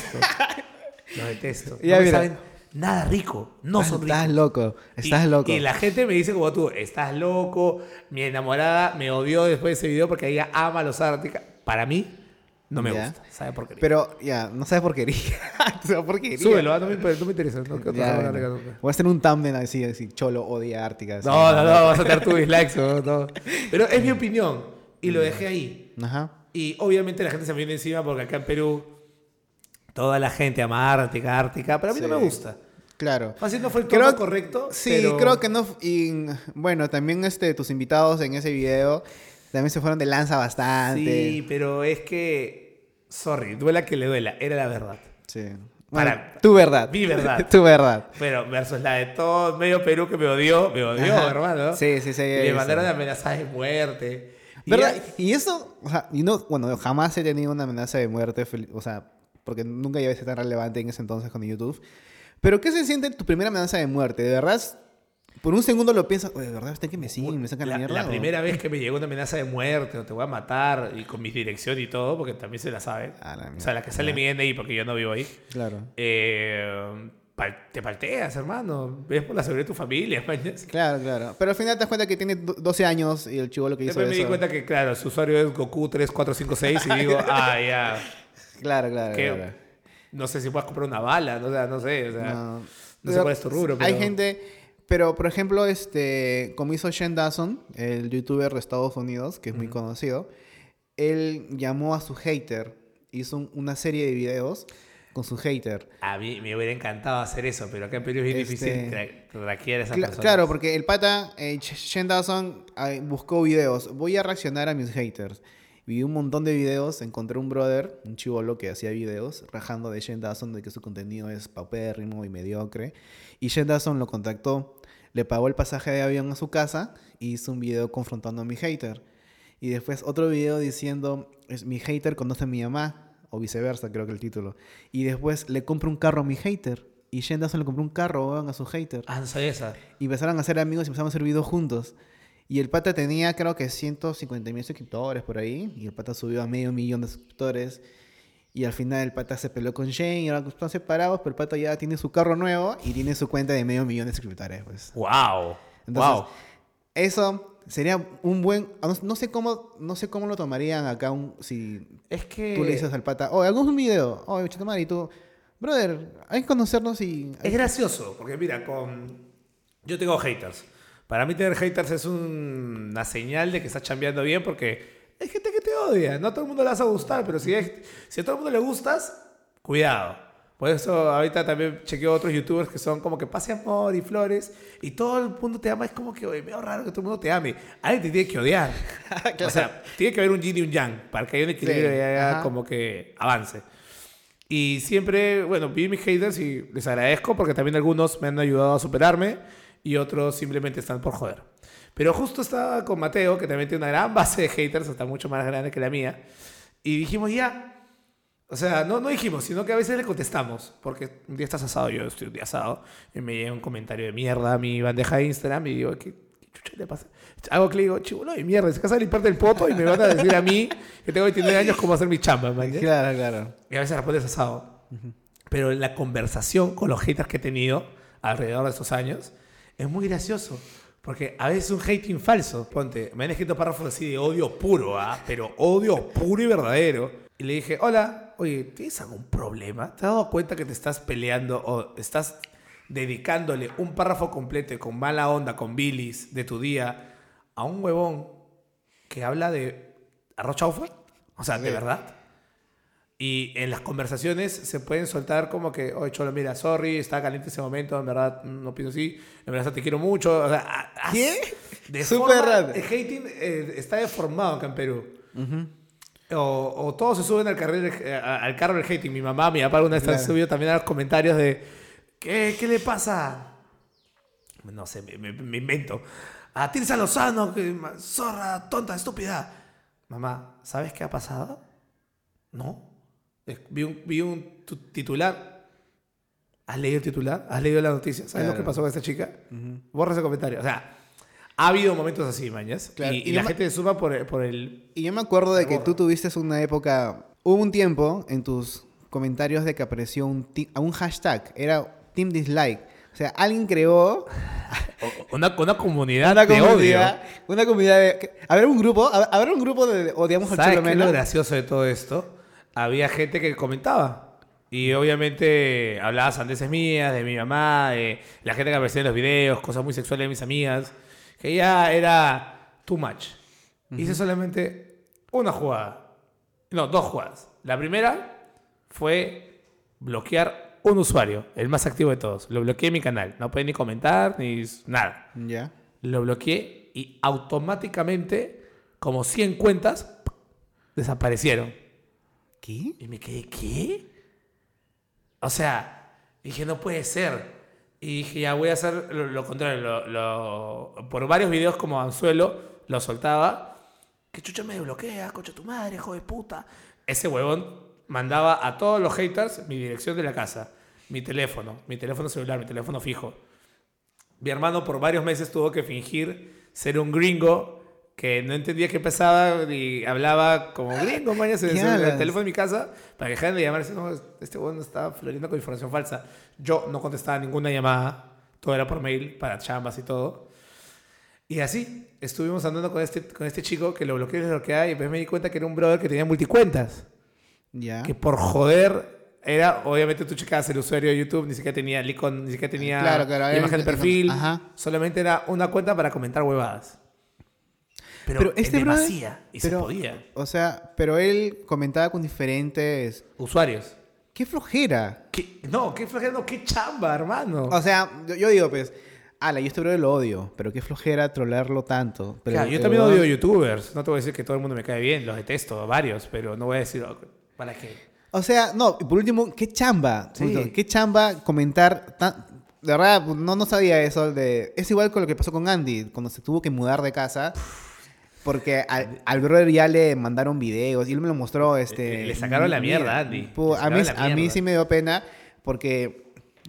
Los detesto. Ya, no me mira. saben nada rico. No son ricos. Estás loco. Estás y, loco. Y la gente me dice como tú, estás loco. Mi enamorada me odió después de ese video porque ella ama los Ártica. Para mí, no me ¿Ya? gusta. ¿Sabe por qué? Pero, ya, no sabes porquería. ¿Sabes porquería? Súbelo, ¿ah? no, me, no me interesa. No, que Ya, otra bueno. nunca. Voy a hacer un thumbnail así, así, Cholo odia Ártica. así. No, no, no, vas a tener tus dislikes. No, no. Pero es mi opinión. Y lo dejé ahí. Ajá. Y obviamente la gente se me viene encima porque acá en Perú toda la gente ama Ártica, Ártica. Pero a mí Sí. no me gusta. Claro. Fácil no fue el Creo- tono correcto. Sí, pero... creo que no. Y bueno, también este, tus invitados en ese video también se fueron de lanza bastante. Sí, pero es que... Sorry, duela que le duela. Era la verdad. Sí. Bueno, Para- tu verdad. Mi verdad. tu verdad. Pero versus la de todo medio Perú que me odió. Me odió, Ajá. hermano. Sí, sí, sí. Y me eso. mandaron amenazas de muerte. Y ¿Verdad? ya- Y eso, o sea, y no, bueno, jamás he tenido una amenaza de muerte, fel- o sea, porque nunca iba a ser tan relevante en ese entonces con YouTube. Pero ¿qué se siente tu primera amenaza de muerte? ¿De verdad? Por un segundo lo piensas, oye, ¿de verdad están que me siguen, me sacan la, La, mierda? la o- primera vez que me llegó una amenaza de muerte, o te voy a matar, y con mi dirección y todo, porque también se la sabe. Ah, la O sea, la que sale mierda. mi N I, porque yo no vivo ahí. Claro. Eh, pal- te palteas, hermano. Ves por la seguridad de tu familia, mañas. Claro, claro. Pero al final te das cuenta que tiene do- doce años y el chivolo que hizo Después me eso. di cuenta que, claro, su usuario es Goku tres cuatro cinco seis y digo, ah, ya. Claro, claro, que claro. no sé si puedes comprar una bala, no, o sea, no sé. O sea, No. no, Pero sé cuál es tu rubro, pero... Hay gente, pero por ejemplo, este, como hizo Shane Dawson, el youtuber de Estados Unidos, que es muy Ujú. conocido, él llamó a su hater, hizo un- una serie de videos con su hater. A mí me hubiera encantado hacer eso, pero acá en Perú es bien Este- difícil cra- craquear a esa Cla- persona. claro, porque el pata, eh, Sh- Shane Dawson, eh, buscó videos. Voy a reaccionar a mis haters. Vi un montón de videos, encontré un brother, un chibolo que hacía videos, rajando de Shane Dawson de que su contenido es paupérrimo y mediocre. Y Shane Dawson lo contactó, le pagó el pasaje de avión a su casa y hizo un video confrontando a mi hater. Y después otro video diciendo, es, mi hater conoce a mi mamá, o viceversa, creo que el título. Y después le compra un carro a mi hater. Y Shane Dawson le compró un carro, weón, a su hater. Ah, no sabía esa. Y empezaron a ser amigos y empezamos a hacer videos juntos. Y el pata tenía, creo que ciento cincuenta mil suscriptores por ahí. Y el pata subió a medio millón de suscriptores. Y al final el pata se peleó con Shane y ahora están separados, pero el pata ya tiene su carro nuevo y tiene su cuenta de medio millón de suscriptores, pues. ¡Wow! Entonces, ¡Wow! eso sería un buen... No, no sé cómo, no sé cómo lo tomarían acá un, si Es que... tú le dices al pata, oye, hagamos un video. Oye, chito madre, y tú... Brother, hay que conocernos y... Es gracioso, porque mira, con... yo tengo haters. Para mí tener haters es un- una señal de que estás chambeando bien porque hay gente que te odia. No a todo el mundo le vas a gustar, pero si, hay- si a todo el mundo le gustas, cuidado. Por eso ahorita también chequeo otros youtubers que son como que pase amor y flores y todo el mundo te ama. Es como que, oye, medio raro que todo el mundo te ame. Alguien te tiene que odiar. O sea, tiene que haber un yin y un yang para que haya un equilibrio Sí, y haya ajá. como que avance. Y siempre, bueno, vi mis haters y les agradezco porque también algunos me han ayudado a superarme y otros simplemente están por joder. Pero justo estaba con Mateo, que también tiene una gran base de haters, hasta mucho más grande que la mía, y dijimos ya, o sea, no, no dijimos, sino que a veces le contestamos, porque un día estás asado, yo estoy un día asado, y me llega un comentario de mierda a mi bandeja de Instagram y digo, ¿qué, qué chucha le pasa? Hago clic y digo, chibulo de mierda, se casa a limpiarte el poto y me van a decir a mí, que tengo veintinueve años, cómo hacer mi chamba, man. Claro, claro. Y a veces respondes asado. Uh-huh. Pero la conversación con los haters que he tenido alrededor de estos años es muy gracioso. Porque a veces es un hating falso. Ponte, me han escrito párrafos así de odio puro, ¿ah? Pero odio puro y verdadero. Y le dije, hola, oye, ¿tienes algún problema? ¿Te has dado cuenta que te estás peleando o estás dedicándole un párrafo completo con mala onda, con bilis de tu día a un huevón que habla de arroz chaufa? O sea, ¿de verdad? Y en las conversaciones se pueden soltar como que, oye, Cholo, mira, sorry, estaba caliente ese momento, en verdad no pienso así, en verdad te quiero mucho. O sea, ¿qué? De Súper forma, raro. el hating eh, está deformado acá en Perú. Uh-huh. O, o todos se suben al, carril, eh, al carro del hating. Mi mamá, mi papá alguna vez claro. han subido también a los comentarios de, ¿qué, qué le pasa? No sé, me, me, me invento. A Tirsa Lozano, que, zorra, tonta, estúpida. Mamá, ¿sabes qué ha pasado? No. Vi un, vi un titular. ¿Has leído el titular? ¿Has leído la noticia? ¿Sabes claro. lo que pasó con esta chica? Uh-huh. Borra ese comentario. O sea, ha habido momentos así, mañas. Claro. Y, y, y la me... gente se suma por, por el... Y yo me acuerdo de que tú tuviste una época... Hubo un tiempo en tus comentarios de que apareció un, un hashtag. Era Team Dislike. O sea, alguien creó... Una, una comunidad una de comunidad, odio. Una comunidad de... Habrá un grupo... Habrá un grupo de odiamos al ¿Sabes Cholo qué es Mena? lo gracioso de todo esto? Había gente que comentaba. Y obviamente hablaba sandeces mías, de mi mamá, de la gente que aparecía en los videos, cosas muy sexuales de mis amigas. Que ya era too much. Uh-huh. Hice solamente una jugada. No, dos jugadas. La primera fue bloquear un usuario, el más activo de todos. Lo bloqueé en mi canal. No puede ni comentar ni nada. Ya. Yeah. Lo bloqueé y automáticamente, como cien cuentas, desaparecieron. ¿Qué? Y me quedé, ¿qué? O sea, dije, no puede ser. Y dije, ya voy a hacer lo, lo contrario. Lo, lo, por varios videos como anzuelo, lo soltaba. ¿Qué chucha me bloquea? Cocha tu madre, hijo de puta. Ese huevón mandaba a todos los haters mi dirección de la casa, mi teléfono, mi teléfono celular, mi teléfono fijo. Mi hermano por varios meses tuvo que fingir ser un gringo que no entendía qué pasaba y hablaba como gringo, mañana se en el teléfono de mi casa para que dejaran de llamar. No, este huevón estaba floriendo con información falsa. Yo no contestaba ninguna llamada, todo era por mail para chambas y todo. Y así estuvimos andando con este, con este chico que lo bloqueé y lo bloqueaba y después me di cuenta que era un brother que tenía multicuentas. Ya. Que por joder era, obviamente tú checabas el usuario de YouTube, ni siquiera tenía el icon, ni siquiera tenía claro, claro, imagen de perfil. Ajá. Solamente era una cuenta para comentar huevadas. Pero, pero este en demasía, brother, y pero, se podía. O sea, pero él comentaba con diferentes... usuarios. ¡Qué flojera! ¿Qué? No, qué flojera, no, qué chamba, hermano. O sea, yo, yo digo, pues, ala, yo este brother lo odio, pero qué flojera trolearlo tanto. Pero Claro, yo el también huevón- odio youtubers. No te voy a decir que todo el mundo me cae bien, los detesto, varios, pero no voy a decir oh, para qué. O sea, no, y por último, qué chamba. Sí. Puto, qué chamba comentar tan... De verdad, no, no sabía eso. De... Es igual con lo que pasó con Andy, cuando se tuvo que mudar de casa. Porque al, al brother ya le mandaron videos y él me lo mostró. Este, Le sacaron la mierda, mira, Andy. pu- Le a, mí, sacaron la a mí mierda. sí me dio pena porque...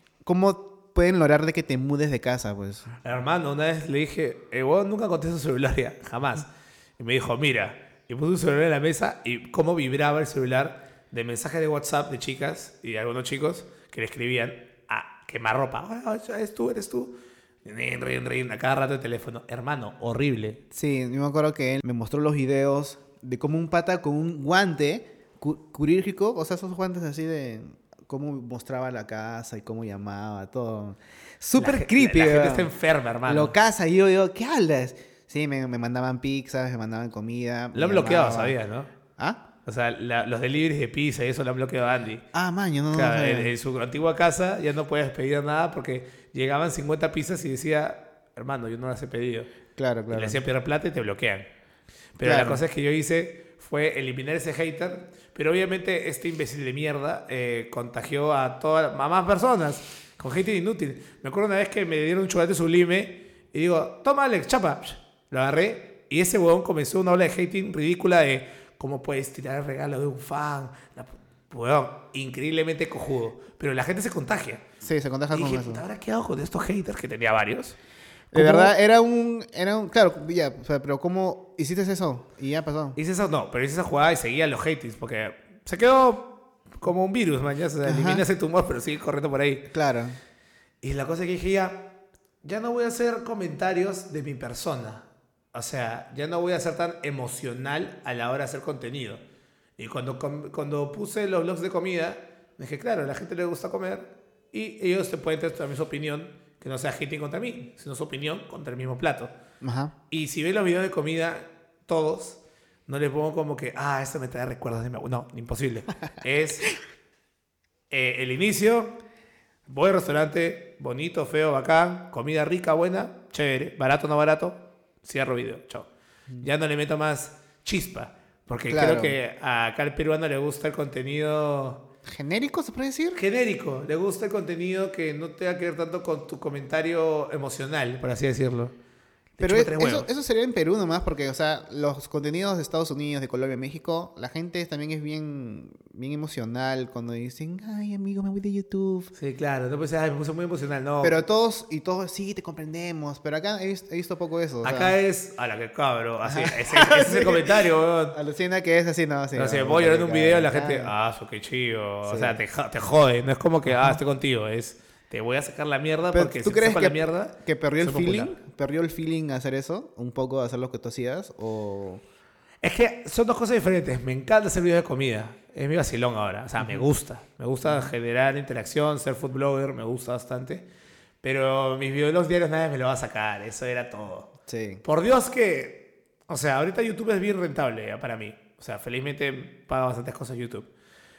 ¿Cómo pueden lograr de que te mudes de casa? Pues Hermano, una vez le dije, eh, vos nunca contesto su celular ya, jamás. Y me dijo, mira, y puso un celular en la mesa y cómo vibraba el celular de mensajes de WhatsApp de chicas y de algunos chicos que le escribían a quemarropa. Oh, eres tú, eres tú. Rin, rin, rin, a cada rato el teléfono. Hermano, horrible. sí, yo me acuerdo que él me mostró los videos de cómo un pata con un guante cu- quirúrgico, o sea, esos guantes así de cómo mostraba la casa y cómo llamaba, todo. La Súper ge- creepy, La, la gente weón. está enferma, hermano. Lo casa y yo digo, ¿qué hablas? Sí, me, me mandaban pizzas, me mandaban comida. Lo me han bloqueado, llamaban. ¿sabías, no? ¿Ah? O sea, la- los deliveries de pizza y eso lo han bloqueado a Andy. Ah, man, yo no, no Claro, sabía. en, en su antigua casa ya no puedes pedir nada porque llegaban cincuenta pizzas y decía, hermano, yo no las he pedido. Claro, Y claro. le hacía perder plata y te bloquean. Pero Claro. la cosa es que yo hice fue eliminar ese hater, pero obviamente este imbécil de mierda eh, contagió a, todas, a más personas con hater inútil. Me acuerdo una vez que me dieron un chocolate sublime y digo, toma Alex, chapa. Lo agarré y ese huevón comenzó una ola de hating ridícula de cómo puedes tirar el regalo de un fan. La, huevón, increíblemente cojudo. Pero la gente se contagia. Sí, se contagia Y con dije, eso. puta, ¿ahora qué hago con estos haters que tenía varios? De ¿Cómo- verdad, era un, era un... Claro, ya, o sea, pero ¿cómo hiciste eso? Y ya pasó. Hice esa, no, pero hice esa jugada y seguía los hatings porque se quedó como un virus, man. Ya se Ajá. elimina ese tumor, pero sigue corriendo por ahí. Claro. Y la cosa es que dije ya, ya no voy a hacer comentarios de mi persona. O sea, ya no voy a ser tan emocional a la hora de hacer contenido. Y cuando, com- cuando puse los blogs de comida, dije, claro, a la gente le gusta comer y ellos te pueden tener también su opinión, que no sea hating contra mí, sino su opinión contra el mismo plato. Ajá. Y si ven los videos de comida, todos, no les pongo como que, ah, esto me trae recuerdos de mi abuelo. No, imposible. Es eh, el inicio, voy al restaurante, bonito, feo, bacán, comida rica, buena, chévere, barato, no barato, cierro video, chao. Ya no le meto más chispa, porque Claro. creo que a acá al peruano le gusta el contenido ¿Genérico se puede decir? genérico, le gusta el contenido que no tenga que ver tanto con tu comentario emocional, por así decirlo. Te Pero chupa es- tres eso, huevos. eso sería en Perú nomás, porque, o sea, los contenidos de Estados Unidos, de Colombia, México, la gente también es bien, bien emocional cuando dicen, ay, amigo, me voy de YouTube. Sí, claro, no puede ser, ay, me puse muy emocional, no. Pero todos, y todos, sí, te comprendemos. Pero acá he, vis- he visto poco eso. o sea, Acá es, a la que cabro, así, ese, ese es el comentario, weón. alucina que es así, ¿no? Sí, No sé, no, voy llorando un puta, video y la claro. gente, ah, eso qué chido. O Sí. sea, te, jo- te jode, no es como que, ah, estoy contigo, es, te voy a sacar la mierda Pero, porque ¿tú si te crees saco que, la mierda, que perdió el soy feeling? popular. ¿Perdió el feeling hacer eso? ¿Un poco hacer lo que tú hacías? ¿O...? Es que son dos cosas diferentes. Me encanta hacer videos de comida. Es mi vacilón ahora. O sea, me gusta. Me gusta generar interacción, ser food blogger, me gusta bastante. Pero mis videos diarios nadie me lo va a sacar. Eso era todo. Sí. Por Dios que... O sea, ahorita YouTube es bien rentable ya, para mí. O sea, felizmente paga bastantes cosas YouTube.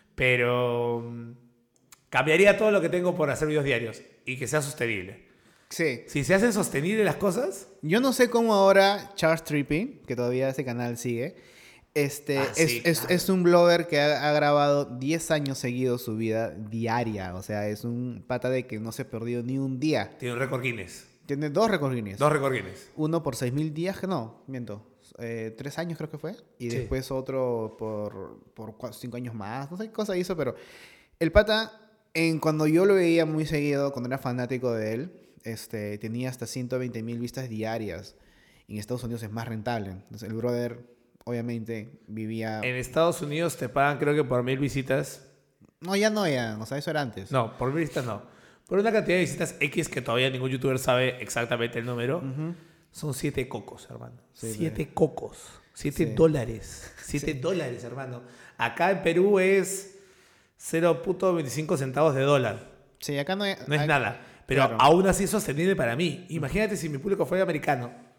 Pero... mm, cambiaría todo lo que tengo por hacer videos diarios. Y que sea sostenible. Sí. Si se hacen sostenibles las cosas... Yo no sé cómo ahora Charles Tripping, que todavía ese canal sigue, este, Ah, es, sí, es, claro. es un blogger que ha, ha grabado diez años seguidos su vida diaria. O sea, es un pata de que no se perdió ni un día. Tiene un récord Guinness. Tiene dos récords Guinness. Dos récord Guinness. Uno por seis mil días, que no, miento. Eh, tres años creo que fue. Y Sí. después otro por, por cua- cinco años más. No sé qué cosa hizo, pero el pata, en, cuando yo lo veía muy seguido, cuando era fanático de él, este, tenía hasta ciento veinte mil vistas diarias. Y en Estados Unidos es más rentable. Entonces el brother, obviamente, vivía... En Estados Unidos te pagan creo que por mil visitas. No, ya no, ya. O sea, eso era antes. No, por mil visitas no. Por una cantidad de visitas X que todavía ningún youtuber sabe exactamente el número. Ujú. Son siete cocos, hermano. Sí, siete sí. cocos. Siete Sí. dólares. Siete dólares, hermano. Acá en Perú es cero punto veinticinco centavos de dólar. Sí, acá no hay... No es ac- nada. Pero claro. aún así es sostenible para mí. Imagínate si mi público fuera americano.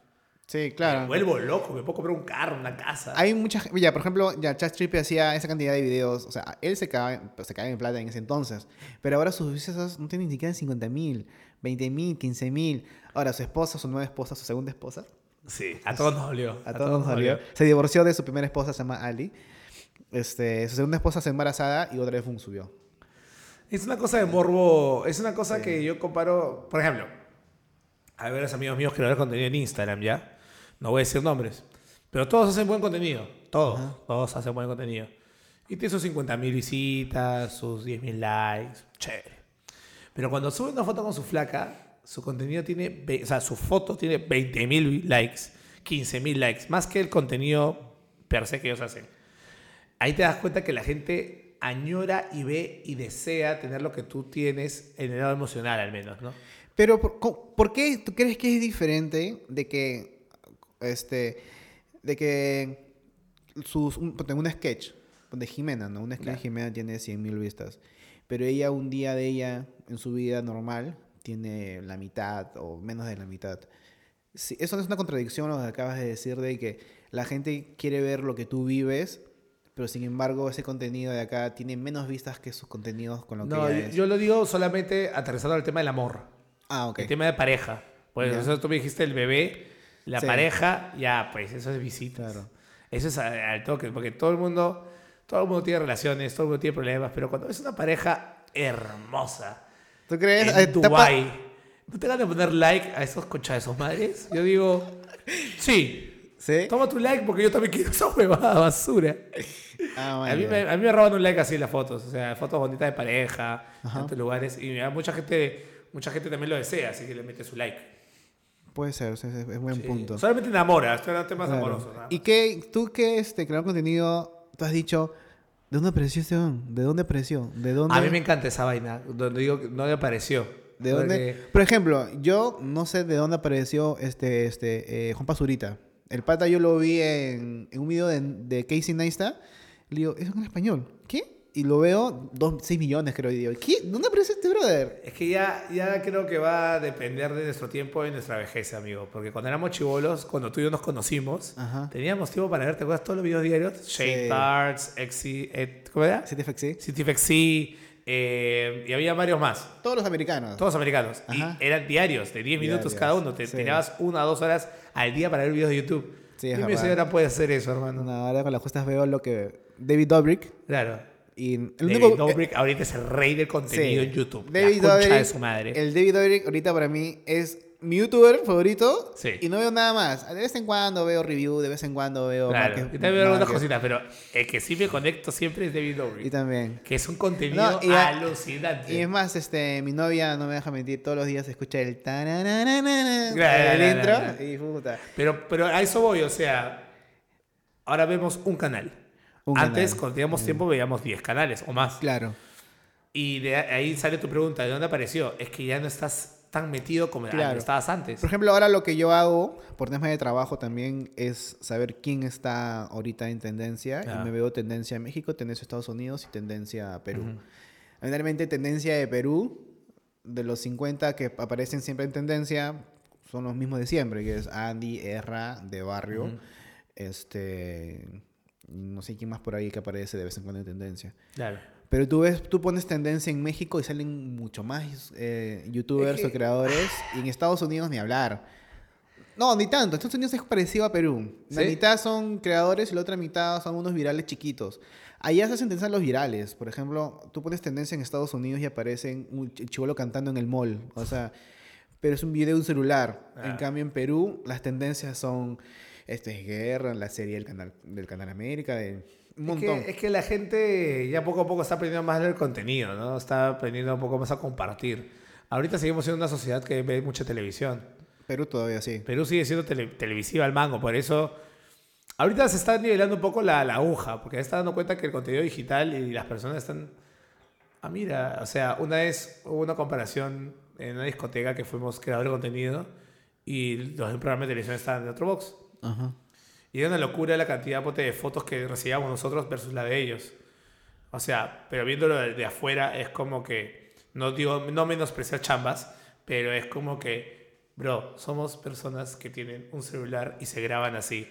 Sí, Me claro. vuelvo loco, me puedo comprar un carro, una casa. Hay mucha gente, ya, por ejemplo, ya Chad hacía esa cantidad de videos, o sea, él se cagaba, en- pues, se cagaba en plata en ese entonces, pero ahora sus vistas no tienen ni siquiera cincuenta mil, veinte mil, quince mil. Ahora su esposa, su nueva esposa, su segunda esposa, Sí, a todos nos dolió. a todos nos salió, se divorció de su primera esposa, se llama Ali, este, su segunda esposa se embarazada y otra vez fue subió. Es una cosa de morbo, es una cosa Sí. que yo comparo, por ejemplo, hay varios amigos míos que creadores de contenido en Instagram, ¿ya? No voy a decir nombres, pero todos hacen buen contenido, todos, Ajá. todos hacen buen contenido. Y tiene sus cincuenta mil visitas, sus diez mil likes, chévere. Pero cuando sube una foto con su flaca, su contenido tiene, ve- o sea, su foto tiene veinte mil likes, quince mil likes, más que el contenido per se que ellos hacen. Ahí te das cuenta que la gente añora y ve y desea tener lo que tú tienes en el lado emocional, al menos, ¿no? Pero, ¿por, co- ¿por qué tú crees que es diferente de que, este, de que sus, un, tengo un sketch de Jimena, ¿no? Un sketch Ya. de Jimena tiene cien mil vistas, pero ella, un día de ella, en su vida normal, tiene la mitad o menos de la mitad. Sí, eso no es una contradicción lo que acabas de decir de que la gente quiere ver lo que tú vives, pero sin embargo ese contenido de acá tiene menos vistas que sus contenidos con lo que No, ella yo, es. yo lo digo solamente aterrizando al tema del amor, Ah, ok. el tema de pareja. Pues Ya. eso tú me dijiste el bebé, la Sí. pareja, ya, pues eso es visitas. Claro. Eso es a- al toque, porque todo el mundo, todo el mundo tiene relaciones, todo el mundo tiene problemas, pero cuando es una pareja hermosa ¿Tú crees? en Eh, tapa- Dubái, ¿no te van a poner like a esos conchas de sus madres? Yo digo, sí, ¿Sí? toma tu like porque yo también quiero esa huevada basura. Ah, A mí, vaya. me, a mí me roban un like así las fotos, o sea, fotos bonitas de pareja, en Ajá. otros lugares, y a mucha gente, mucha gente también lo desea, así que le mete su like. Puede ser, es, es- es buen Sí. punto. Solamente enamora, estoy hablando de temas Claro. amorosos. nada ¿Y más. qué, tú qué este, creador de contenido, tú has dicho, ¿de dónde apareció este don? ¿De dónde apareció? ¿De dónde? A mí me encanta esa vaina, donde digo que no le apareció. ¿De dónde? Porque- Por ejemplo, yo no sé de dónde apareció este, este, eh, Juan Pazurita. El pata yo lo vi en, en un video de, de Casey Neistat. Le digo, ¿eso es en español? ¿Qué? Y lo veo, dos, seis millones creo. Y digo, ¿qué? ¿Dónde aparece este brother? Es que ya, ya creo que va a depender de nuestro tiempo y nuestra vejez, amigo. Porque cuando éramos chivolos, cuando tú y yo nos conocimos, Ajá. teníamos tiempo para ver, ¿te acuerdas todos los videos diarios? Shade Tarts, Exi, eh, ¿cómo era? ¿Sí te fixé? Citifexi, eh, y había varios más. Todos los americanos. Todos americanos. Ajá. Y eran diarios, de diez minutos Diarios, cada uno. Te sí. tirabas una o dos horas al día para ver videos de YouTube. Sí, es Dime verdad. si ahora puedes hacer eso, hermano. No, ahora con las justas veo lo que... David Dobrik. Claro. Y el David único... Dobrik ahorita es el rey del contenido Sí. en YouTube. David la concha Dobrik, de su madre. El David Dobrik ahorita para mí es mi youtuber favorito. Sí. Y no veo nada más. De vez en cuando veo review, de vez en cuando veo... Claro. market- Yo también veo algunas market. cositas, pero el que sí me conecto siempre es David Y Dobrik. también. Que es un contenido No, y a- alucinante. Y es más, este, mi novia no me deja mentir, todos los días escucha el tananana, Claro, el claro, intro claro. y puta. Pero, pero a eso voy, o sea, ahora vemos un canal. Un Antes, canal. cuando teníamos tiempo, veíamos diez canales o más. Claro. Y de ahí sale tu pregunta, ¿de dónde apareció? Es que ya no estás tan metido como Claro. estabas antes. Por ejemplo, ahora lo que yo hago por temas de trabajo también es saber quién está ahorita en tendencia. Ah. Y me veo tendencia a México, tendencia a Estados Unidos y tendencia a Perú. Ujú. Generalmente tendencia de Perú, de los cincuenta que aparecen siempre en tendencia, son los mismos de siempre, que es Andy, Erra, de Barrio, Ujú. este, no sé quién más por ahí que aparece de vez en cuando en tendencia. Claro. Pero tú ves, tú pones tendencia en México y salen mucho más eh, youtubers Es que- o creadores, y en Estados Unidos ni hablar. No, ni tanto. Estados Unidos es parecido a Perú. La ¿Sí? mitad son creadores y la otra mitad son unos virales chiquitos. Allá se hacen tendencia los virales. Por ejemplo, tú pones tendencia en Estados Unidos y aparecen un ch- chibolo cantando en el mall. O sea, pero es un video de un celular. Ah. En cambio, en Perú, las tendencias son este, Guerra, la serie del Canal, del Canal América, de un montón. Es que, es que la gente ya poco a poco está aprendiendo más del contenido, ¿no? Está aprendiendo un poco más a compartir. Ahorita seguimos siendo una sociedad que ve mucha televisión. Perú todavía sí. Perú sigue siendo tele- televisiva al mango, por eso ahorita se está nivelando un poco la, la aguja, porque se está dando cuenta que el contenido digital y las personas están... Ah, mira, o sea, una vez hubo una comparación en una discoteca que fuimos creadores de contenido y los de un programa de televisión estaban en otro box. Ajá. Y era una locura la cantidad ponte, de fotos que recibíamos nosotros versus la de ellos. O sea, pero viéndolo de, de afuera es como que, no digo, no menospreciar chambas, pero es como que Bro, somos personas que tienen un celular y se graban así.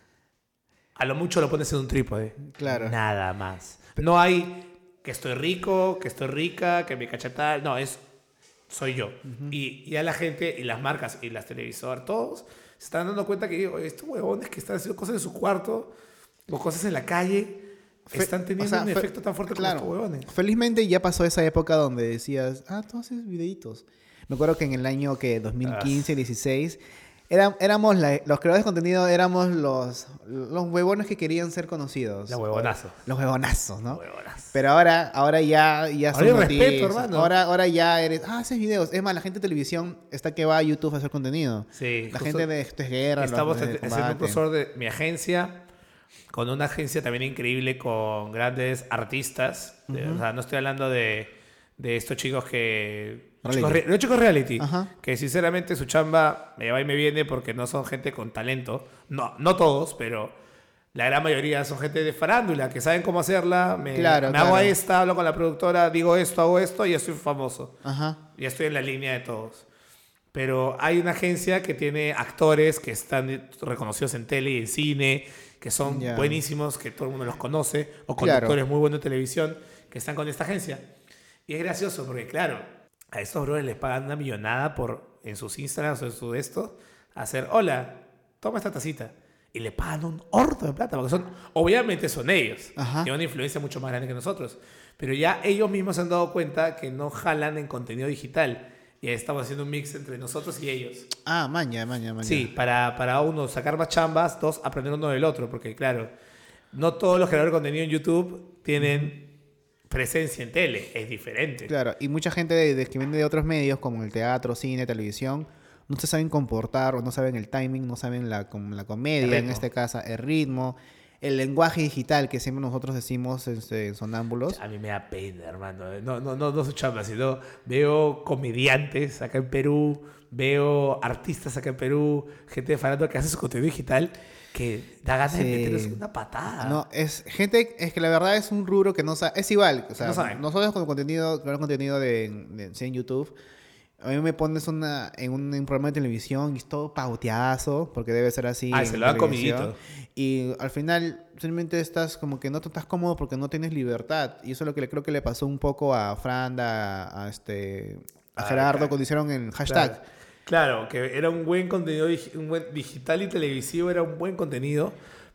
A lo mucho lo pones en un trípode. Claro. Nada más. No hay que estoy rico, que estoy rica, que me cacha tal. No, es soy yo. Uh-huh. Y ya la gente y las marcas y las televisoras, todos se están dando cuenta que digo, estos huevones que están haciendo cosas en su cuarto o cosas en la calle Fe, están teniendo o sea, un fe, efecto tan fuerte claro, como estos huevones. Felizmente ya pasó esa época donde decías, ah, tú haces videitos. Me acuerdo que en el año que dos mil quince, dieciséis, era, éramos la, los creadores de contenido, éramos los, los huevones que querían ser conocidos. Los huevonazos. Los huevonazos, ¿no? Los huevonazos. Pero ahora, ahora ya, ya son ahora respeto, hermano. Ahora, ahora ya eres, ah, haces videos. Es más, la gente de televisión está que va a YouTube a hacer contenido. Sí. La gente de esto es guerra. Estamos de haciendo un profesor de mi agencia, con una agencia también increíble, con grandes artistas. Uh-huh. De, o sea, no estoy hablando de, de estos chicos que... Los chicos, los chicos reality, ajá, que sinceramente su chamba me va y me viene porque no son gente con talento. No, no todos, pero la gran mayoría son gente de farándula que saben cómo hacerla. Me, claro, me claro. hago esta, hablo con la productora, digo esto, hago esto y ya estoy famoso. Ajá. Ya estoy en la línea de todos. Pero hay una agencia que tiene actores que están reconocidos en tele y en cine, que son yeah. buenísimos, que todo el mundo los conoce, o conductores claro. muy buenos de televisión que están con esta agencia. Y es gracioso porque, claro, a estos brothers les pagan una millonada por, en sus Instagrams o en su esto, hacer, hola, toma esta tacita. Y le pagan un orto de plata, porque son, obviamente son ellos. Ajá. Tienen una influencia mucho más grande que nosotros. Pero ya ellos mismos se han dado cuenta que no jalan en contenido digital. Y ahí estamos haciendo un mix entre nosotros y ellos. Ah, maña, maña, maña. Sí, para, para uno sacar más chambas, dos, aprender uno del otro. Porque claro, no todos los creadores de contenido en YouTube tienen... presencia en tele, es diferente. Claro, y mucha gente de, de, que viene de otros medios como el teatro, cine, televisión, no se saben comportar o no saben el timing, no saben la, la comedia, en este caso, el ritmo, el lenguaje digital que siempre nosotros decimos este, sonámbulos. A mí me da pena, hermano. No, no, no, no soy chamba, sino veo comediantes acá en Perú, veo artistas acá en Perú, gente de farándula que hace su contenido digital, que da ganas sí. de meterles una patada. No, es gente, es que la verdad es un rubro que no sabe, es igual, o sea, no saben. Nosotros con contenido, con contenido de, de, de en YouTube, a mí me pones una, en un, un programa de televisión y es todo pauteazo, porque debe ser así. Ah, se lo dan comidito. Y al final simplemente estás como que no te estás cómodo porque no tienes libertad. Y eso es lo que le, creo que le pasó un poco a Franda, a, a, este, a ah, Gerardo, claro. cuando hicieron el hashtag. Claro. Claro, que era un buen contenido un buen digital y televisivo, era un buen contenido,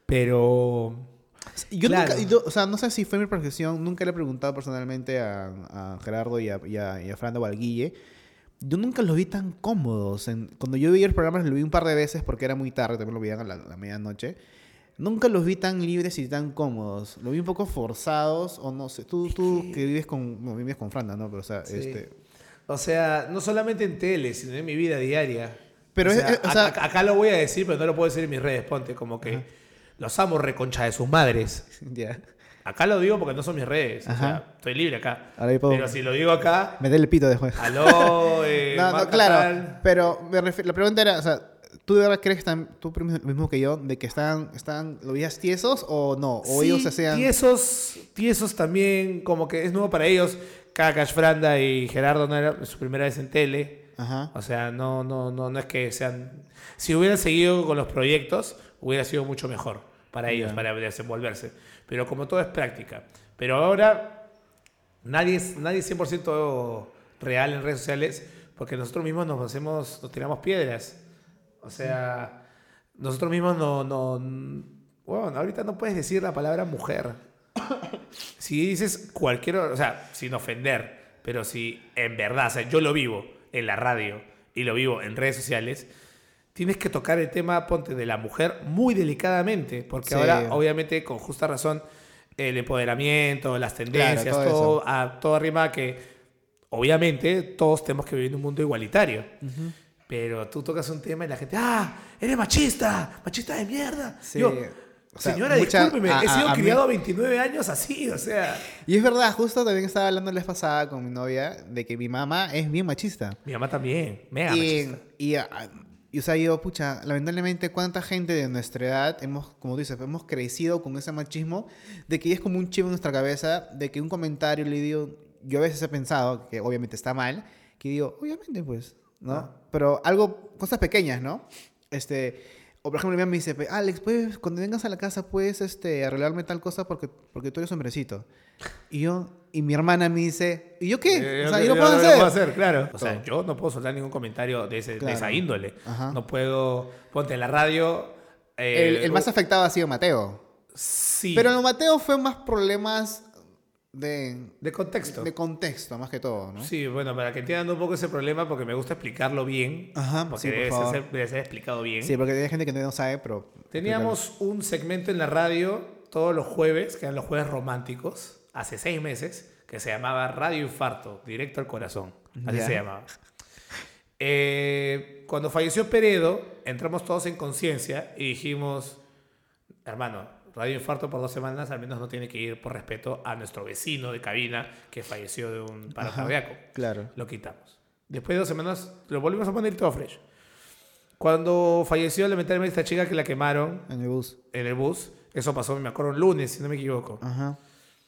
pero... Yo claro. nunca, yo, o sea, no sé si fue mi percepción, nunca le he preguntado personalmente a, a Gerardo y a, y a, y a Fran o al Guille. Yo nunca los vi tan cómodos. En, cuando yo veía el programa, lo vi un par de veces porque era muy tarde, también lo veían a la, a la medianoche. Nunca los vi tan libres y tan cómodos. Los vi un poco forzados, o no sé. Tú, tú que... que vives con, no, vives con Franda, ¿no? Pero, o sea, sí. este... O sea, no solamente en tele, sino en mi vida diaria. Pero o es, sea, es, o sea, acá, acá lo voy a decir, pero no lo puedo decir en mis redes. Ponte como que... Ajá. Los amo reconcha de sus madres. Yeah. Acá lo digo porque no son mis redes. Ajá. O sea, estoy libre acá. Puedo... Pero si lo digo acá... Meterle el pito después. Aló, eh, no, no, claro. Tal. Pero me refiero, la pregunta era, o sea, ¿tú de verdad crees que están, tú lo mismo que yo, de que están, están ¿lo veías tiesos o no? O sí, ellos se sean... tiesos, tiesos también, como que es nuevo para ellos. Kakash, Franda y Gerardo no era su primera vez en tele. Ajá. O sea, no, no, no, no es que sean... Si hubieran seguido con los proyectos, hubiera sido mucho mejor para ellos, yeah. para desenvolverse. Pero como todo es práctica. Pero ahora nadie es, nadie es cien por ciento real en redes sociales porque nosotros mismos nos hacemos, nos tiramos piedras. O sea, sí. nosotros mismos no, no... Bueno, ahorita no puedes decir la palabra mujer. Si dices cualquier... O sea, sin ofender, pero si en verdad, o sea, yo lo vivo en la radio y lo vivo en redes sociales, tienes que tocar el tema, ponte, de la mujer muy delicadamente, porque sí. ahora, obviamente, con justa razón, el empoderamiento, las tendencias, claro, todo, todo, a, todo arriba a que, obviamente, todos tenemos que vivir en un mundo igualitario. Uh-huh. Pero tú tocas un tema y la gente, ¡ah! ¡Eres machista! ¡Machista de mierda! Sí. Yo, o sea, señora, mucha, discúlpeme, a, he sido a, a criado a mí... veintinueve años así, o sea... Y es verdad, justo también estaba hablando la vez pasada con mi novia de que mi mamá es bien machista. Mi mamá también, mega y, machista. Y, y, o sea, yo, pucha, lamentablemente, ¿cuánta gente de nuestra edad hemos, como tú dices, hemos crecido con ese machismo de que es como un chivo en nuestra cabeza, de que un comentario le digo... Yo a veces he pensado, que obviamente está mal, que digo, obviamente, pues... ¿no? Ah. Pero algo, cosas pequeñas, ¿no? Este, o por ejemplo, mi mamá me dice, Alex, pues, cuando vengas a la casa, puedes este, arreglarme tal cosa porque, porque tú eres hombrecito. Y yo, y mi hermana me dice, ¿y yo qué? Eh, O sea, yo, yo lo yo puedo no hacer. lo puedo hacer, claro. O sea, Todo. yo no puedo soltar ningún comentario de, ese, de Claro. esa índole. Ajá. No puedo, ponte en la radio. eh, El, el más afectado ha sido Mateo. Sí. Pero en Mateo fue más problemas de, de contexto. de contexto, más que todo, ¿no? Sí, bueno, para que entiendan un poco ese problema, porque me gusta explicarlo bien. Ajá, Porque sí, por debe, favor. ser, debe ser explicado bien. Sí, porque hay gente que no sabe, pero... Teníamos un segmento en la radio todos los jueves, que eran los jueves románticos, hace seis meses, que se llamaba Radio Infarto, directo al corazón. Así Ya. se llamaba. Eh, cuando falleció Peredo, entramos todos en conciencia y dijimos, hermano, Radio Infarto por dos semanas al menos no tiene que ir por respeto a nuestro vecino de cabina que falleció de un paro Ajá, cardíaco. claro. Lo quitamos. Después de dos semanas lo volvimos a poner todo fresh. Cuando falleció lamentablemente esta chica que la quemaron En el bus. en el bus, eso pasó, me acuerdo, un lunes, si no me equivoco. Ajá.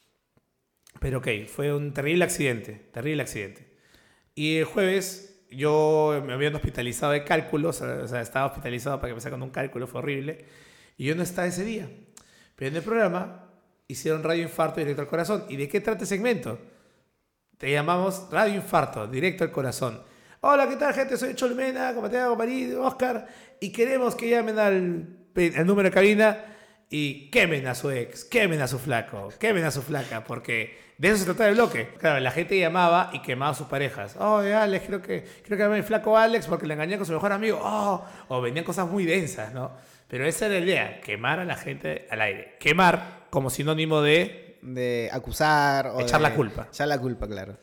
Pero ok, fue un terrible accidente, terrible accidente. Y el jueves yo me habían hospitalizado de cálculos, o sea, estaba hospitalizado para que me sacan un cálculo, fue horrible. Y yo no estaba ese día. Pero en el programa hicieron Radio Infarto directo al corazón. ¿Y de qué trata el segmento? Te llamamos Radio Infarto directo al corazón. Hola, ¿qué tal, gente? Soy Cholmena, con Mateo, con Marido, Oscar. Y queremos que llamen al, al número de cabina y quemen a su ex, quemen a su flaco, quemen a su flaca, porque de eso se trataba el bloque. Claro, la gente llamaba y quemaba a sus parejas. Oh, Alex, creo que, creo que llame el flaco Alex porque le engañé con su mejor amigo. Oh, o venían cosas muy densas, ¿no? Pero esa era la idea, quemar a la gente al aire. Quemar como sinónimo de... De acusar o Echar de- la culpa. Echar la culpa, claro.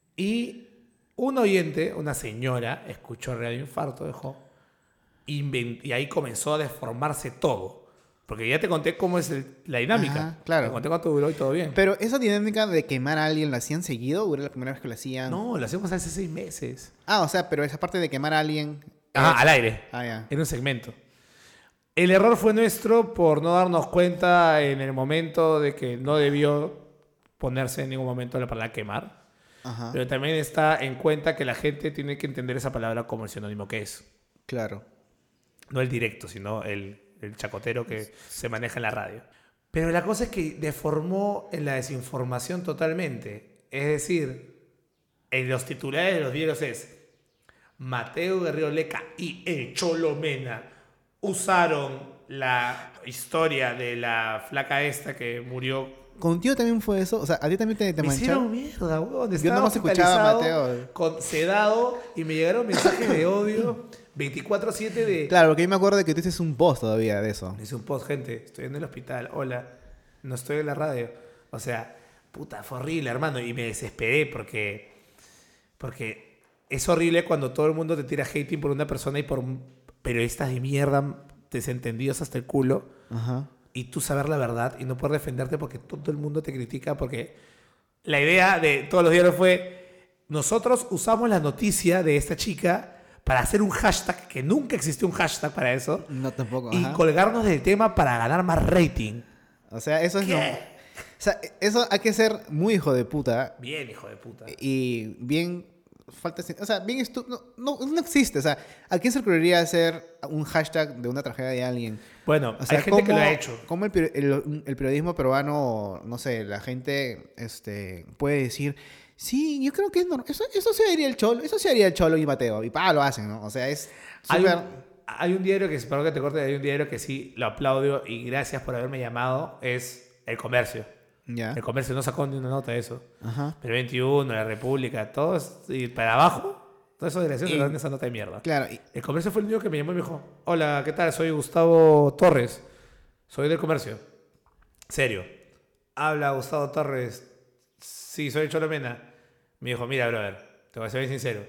Y un oyente, una señora, escuchó Radio Infarto, dejó, invent- y ahí comenzó a deformarse todo. Porque ya te conté cómo es el- la dinámica. Ajá, claro. Te conté cuánto duró y todo bien. Pero esa dinámica de quemar a alguien, ¿la hacían seguido o era la primera vez que lo hacían? No, lo hacemos hace seis meses. Ah, o sea, pero esa parte de quemar a alguien... Ajá, es- al aire. Ah, ya. Era un segmento. El error fue nuestro por no darnos cuenta en el momento de que no debió ponerse en ningún momento la palabra quemar. Ajá, Pero también está en cuenta que la gente tiene que entender esa palabra como el sinónimo que es. claro. No el directo, sino el, el chacotero que se maneja en la radio. Pero la cosa es que deformó en la desinformación totalmente. Es decir, en los titulares de los diarios es Mateo Guerrero Leca y el Cholo Mena usaron la historia de la flaca esta que murió. ¿Contigo también fue eso? O sea, ¿a ti también te, te Me mancharon? hicieron mierda, weón. Yo Estaba nomás escuchaba a hospitalizado, Mateo. con sedado y me llegaron mensajes de odio veinticuatro siete de... Claro, porque yo me acuerdo de que tú hiciste un post todavía de eso. Hice un post, gente, estoy en el hospital, hola, no estoy en la radio. O sea, puta, fue horrible, hermano. Y me desesperé porque, porque es horrible cuando todo el mundo te tira hating por una persona y por periodistas de mierda desentendidos hasta el culo. Ajá. Y tú saber la verdad y no poder defenderte porque todo el mundo te critica. Porque la idea de todos los diarios fue, nosotros usamos la noticia de esta chica para hacer un hashtag, que nunca existió un hashtag para eso, No, tampoco. y Ajá. colgarnos del tema para ganar más rating. O sea, eso es ¿Qué? lo... O sea, eso hay que ser muy hijo de puta Bien, hijo de puta. y bien... Falta... O sea, bien estúpido... No, no, no existe. O sea, ¿a quién se le ocurriría hacer un hashtag de una tragedia de alguien? Bueno, O sea, hay gente que lo ha hecho. ¿Cómo el, peri- el- el periodismo peruano, no sé, la gente este, puede decir, sí, yo creo que es normal, eso, eso se haría el Cholo, eso se haría el Cholo y Mateo, y pa, lo hacen, ¿no? O sea, es Hay súper... un, hay un diario que, perdón que te corte, hay un diario que sí lo aplaudo y gracias por haberme llamado, es El Comercio. Ya. El Comercio no sacó ni una nota de eso. Ajá. Pero veintiuno, La República, todos, y para abajo, todo eso de gracioso, Y- le dan esa nota de mierda. Claro, y- El Comercio fue el único que me llamó y me dijo, hola, ¿qué tal? Soy Gustavo Torres, soy del Comercio. Serio. Habla Gustavo Torres. Sí, soy Cholo Mena. Me dijo, mira, brother, te voy a ser bien sincero.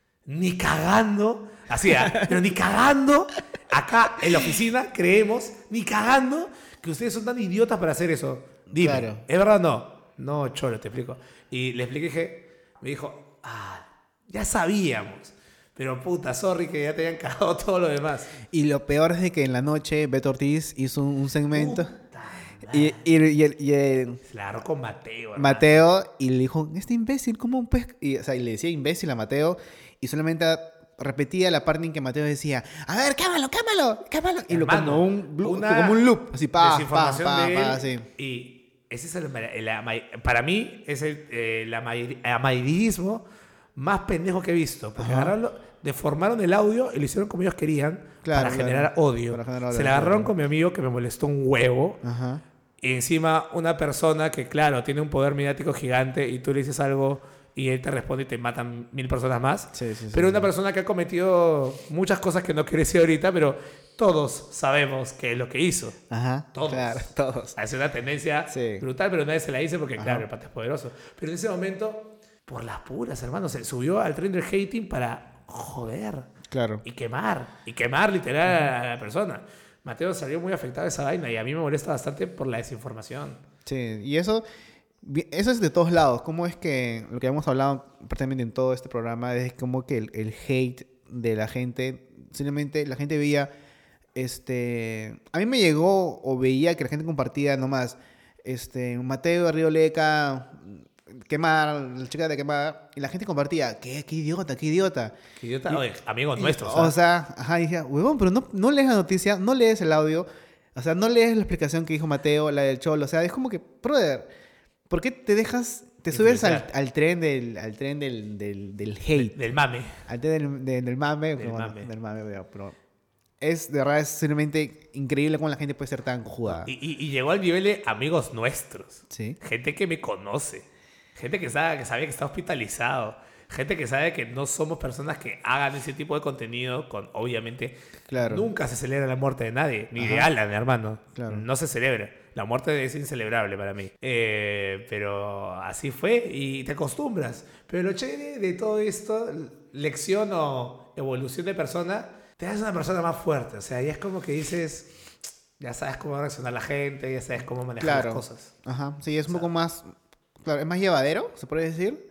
Ni cagando, así, ¿ah? Pero ni cagando, acá en la oficina creemos, ni cagando, que ustedes son tan idiotas para hacer eso. Dime, Claro. ¿es verdad o no? No, Cholo, te explico. Y le expliqué que, me dijo, ah, ya sabíamos. Pero puta, sorry que ya te habían cagado todo lo demás. y lo peor es de que en la noche Beto Ortiz hizo un, un segmento Puta y, y, y el, y el Se la agarró con Mateo, hermano. Mateo y le dijo, este imbécil, ¿cómo pues? Y, o sea, y le decía imbécil a Mateo y solamente repetía la parte en que Mateo decía, a ver, cámalo, cámalo, cámalo. Y lo Hermano, como un, blu- una como un loop, así, pa, pa, desinformación pa, de pa, él, así. Y ese es el, la- la- para mí es el, eh, el amay- amadridismo más pendejo que he visto. Porque Ajá. agarraron, deformaron el audio y lo hicieron como ellos querían Claro, para claro. generar odio. Para generar odio, Se la agarraron claro. con mi amigo que me molestó un huevo. Ajá. Y encima una persona que, claro, tiene un poder mediático gigante y tú le dices algo y él te responde y te matan mil personas más. Sí, sí, sí, pero una sí. persona que ha cometido muchas cosas que no quiero decir ahorita, pero todos sabemos qué es lo que hizo. Ajá. Todos. Claro, todos. Es una tendencia Sí. brutal, pero nadie se la dice porque, Ajá. claro, el pata es poderoso. Pero en ese momento, por las puras, hermano, se subió al tren del hating para joder Claro. y quemar. Y quemar literal a la persona. Mateo salió muy afectado de esa vaina y a mí me molesta bastante por la desinformación. Sí, y eso, vi- eso es de todos lados. Cómo es que lo que hemos hablado prácticamente en todo este programa es como que el, el hate de la gente, simplemente la gente veía, este, a mí me llegó o veía que la gente compartía nomás, este, Mateo de Río Leca, quemar, la chica de quemar, y la gente compartía, qué, qué idiota, qué idiota. Que idiota, oye, amigos Y, nuestros. O ¿ah? sea, ajá, y decía, huevón, pero no, no lees la noticia, no lees el audio, o sea, no lees la explicación que dijo Mateo, la del Cholo, o sea, es como que, brother, ¿por qué te dejas, te subes al, Influenciar. al tren del, al tren del, del, del hate, Del mame. al tren del, del, del mame, Del pero bueno, mame. del mame, pero, pero es, de verdad, es simplemente increíble cómo la gente puede ser tan jugada. Y, y- y llegó al nivel de amigos nuestros. Sí. Gente que me conoce. Gente que sabe, que sabe que está hospitalizado. Gente que sabe que no somos personas que hagan ese tipo de contenido con, obviamente, Claro. nunca se celebra la muerte de nadie. Ni de Ajá. Alan, hermano. Claro. No se celebra. La muerte es incelebrable para mí. Eh, pero así fue y te acostumbras. Pero lo chévere de todo esto, lección o evolución de persona, te haces una persona más fuerte. O sea, ya es como que dices, ya sabes cómo reaccionar la gente, ya sabes cómo manejar Claro. las cosas. Ajá, sí, es un poco más, claro, es más llevadero, se puede decir.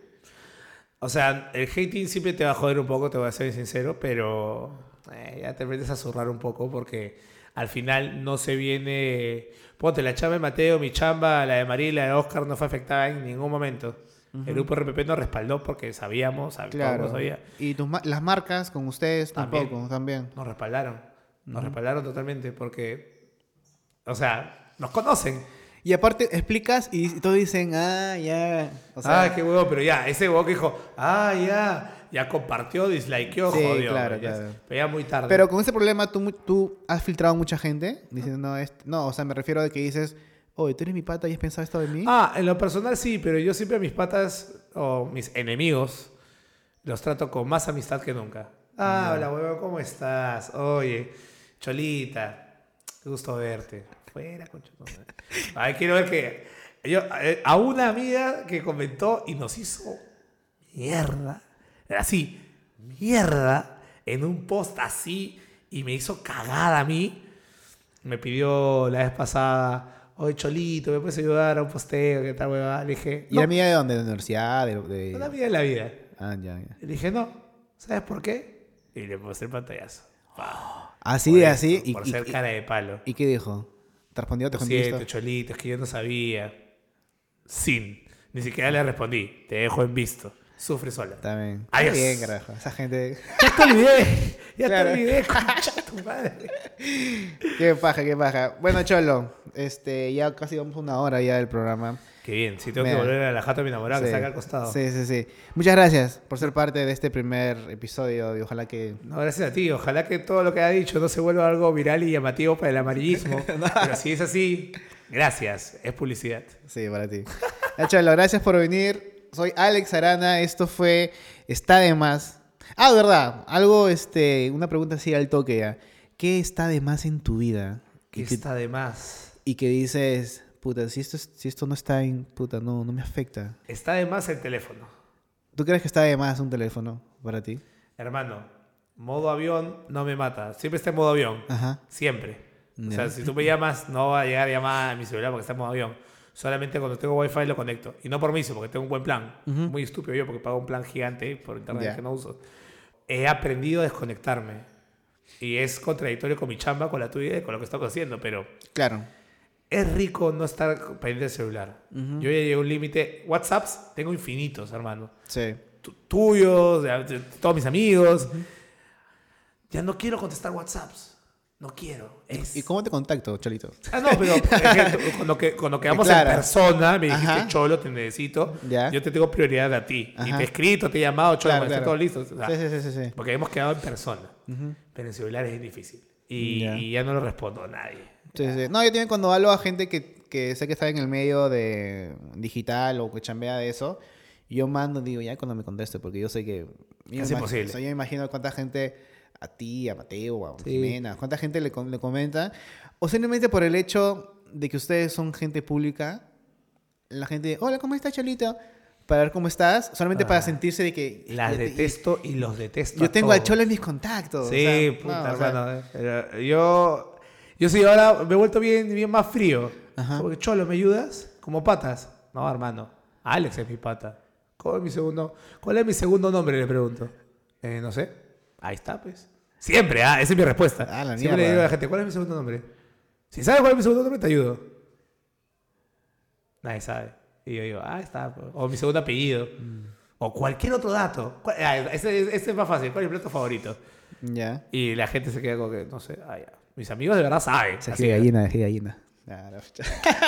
O sea, el hating siempre te va a joder un poco, te voy a ser sincero, pero eh, ya te aprendes a zurrar un poco porque al final no se viene... Ponte, la chamba de Mateo, mi chamba, la de María y la de Oscar no fue afectada en ningún momento. El grupo R P P nos respaldó porque sabíamos, sab- todo el mundo Claro. sabía. Y tus ma- las marcas con ustedes También. tampoco, también. Nos respaldaron. Nos respaldaron totalmente porque, o sea, nos conocen. Y aparte explicas y todos dicen, ah, ya. O sea, ah, qué huevo, pero ya, ese huevo que dijo, ah, ya, ya compartió, dislikeó, Sí, jodió. claro, ya- claro. Pero ya muy tarde. pero con ese problema tú, mu- tú has filtrado mucha gente diciendo, no, este- no, o sea, me refiero a que dices, oye, tú eres mi pata y has pensado esto de mí. Ah, en lo personal sí, pero yo siempre a mis patas o mis enemigos los trato con más amistad que nunca. Ah, hola, huevo, ¿cómo estás? Oye, Cholita, qué gusto verte. Fuera, concha. tu madre. Ay, quiero ver que... Yo, eh, a una amiga que comentó y nos hizo mierda, así, mierda, en un post así, y me hizo cagada a mí. Me pidió la vez pasada, oye, Cholito, ¿me puedes ayudar a un posteo? ¿Qué tal, huevada? Le dije, ¿Y no, la amiga de dónde? ¿De la universidad? De, de- una amiga de la vida. Ah, ya, ya. Le dije, no, ¿sabes por qué? Y le puse el pantallazo. Pa. Así Por de esto, así. Y, por y- ser y- cara de palo. ¿y qué dijo? ¿Te respondió? ¿Te Lo contestó? siento, Cholito, es que yo no sabía. Sin. Ni siquiera le respondí. Te dejo en visto. Sufre sola. Está bien. Adiós. Está bien, carajo. Esa gente... Ya te olvidé. Ya Claro. te olvidé, concha de tu madre. Qué paja, qué paja. Bueno, Cholo, este, ya casi vamos a una hora ya del programa. Qué bien. Si tengo Mira. que volver a la jata de mi enamorada que Sí. está acá al costado. Sí, sí, sí. Muchas gracias por ser parte de este primer episodio y ojalá que... No, gracias a ti. Ojalá que todo lo que ha dicho no se vuelva algo viral y llamativo para el amarillismo. Pero si es así, gracias. Es publicidad. Sí, para ti. Ya, Cholo, gracias por venir. Soy Alex Arana. Esto fue Está de Más. Ah, verdad. Algo, este, una pregunta así al toque ya. ¿Qué está de más en tu vida? Que Y que, está de más. y que dices, puta, si esto, es- si esto no está en... Puta, no, no me afecta. Está de más el teléfono. ¿Tú crees que está de más un teléfono para ti? Hermano, modo avión no me mata. Siempre está en modo avión. Ajá. Siempre. O sea, Ya. si tú me llamas, no va a llegar llamada a mi celular porque está en modo avión. Solamente cuando tengo wifi lo conecto. Y no por mí, sino porque tengo un buen plan. Ujú. Muy estúpido yo porque pago un plan gigante por internet Ya. que no uso. He aprendido a desconectarme. Y es contradictorio con mi chamba, con la tuya y con lo que estamos haciendo. Pero Claro. es rico no estar pendiente del celular. Ujú. Yo ya llegué a un límite. WhatsApps tengo infinitos, hermano. Sí. Tu- tuyos, de, de todos mis amigos. ya no quiero contestar WhatsApps. No quiero. Es... ¿Y cómo te contacto, Cholito? Ah, no, pero es que cuando, que, cuando quedamos Claro. en persona, me dijiste, Ajá. Cholo, te necesito. Ya. Yo te tengo prioridad a ti. Ajá. Y te he escrito, te he llamado, Cholo, Claro, cuando esté claro. todo listo. O sea, Sí, sí, sí, sí, sí. porque hemos quedado en persona. Ujú. Pero en celular es difícil. Y Ya. y ya no lo respondo a nadie. Sí, sí. No, yo también cuando hablo a gente que, que sé que está en el medio de digital o que chambea de eso, yo mando, digo, ya cuando me conteste, porque yo sé que... yo Es me imag- imposible. O sea, yo me imagino cuánta gente, a ti, a Mateo, a Sí. Jimena, cuánta gente le, con- le comenta, o simplemente por el hecho de que ustedes son gente pública, la gente, hola, ¿cómo estás, Cholito? Para ver cómo estás, solamente Ah. para sentirse de que... Las y- detesto y los detesto. Yo a tengo al todos. Cholo en mis contactos. Sí, o sea, puta, no, o sea, hermano. Pero yo, yo sí, ahora me he vuelto bien, bien más frío. Ajá. Porque, Cholo, ¿me ayudas? Como patas. No, hermano. Alex es mi pata. ¿Cuál es mi segundo, ¿cuál es mi segundo nombre? Le pregunto. Eh, no sé. Ahí está, pues. Siempre, ah, esa es mi respuesta. Ah, la Siempre le mierda. digo a la gente, ¿cuál es mi segundo nombre? Si sabes cuál es mi segundo nombre, te ayudo. Nadie sabe. Y yo digo, ah, está. pues. O mi segundo apellido. O cualquier otro dato. ¿Cuál- ah, ese, ese es más fácil. ¿Cuál es mi plato favorito? Ya. Y la gente se queda como que, no sé, ah, ya. Mis amigos de verdad saben. Se así de que, gallina, de gallina. Claro. sí,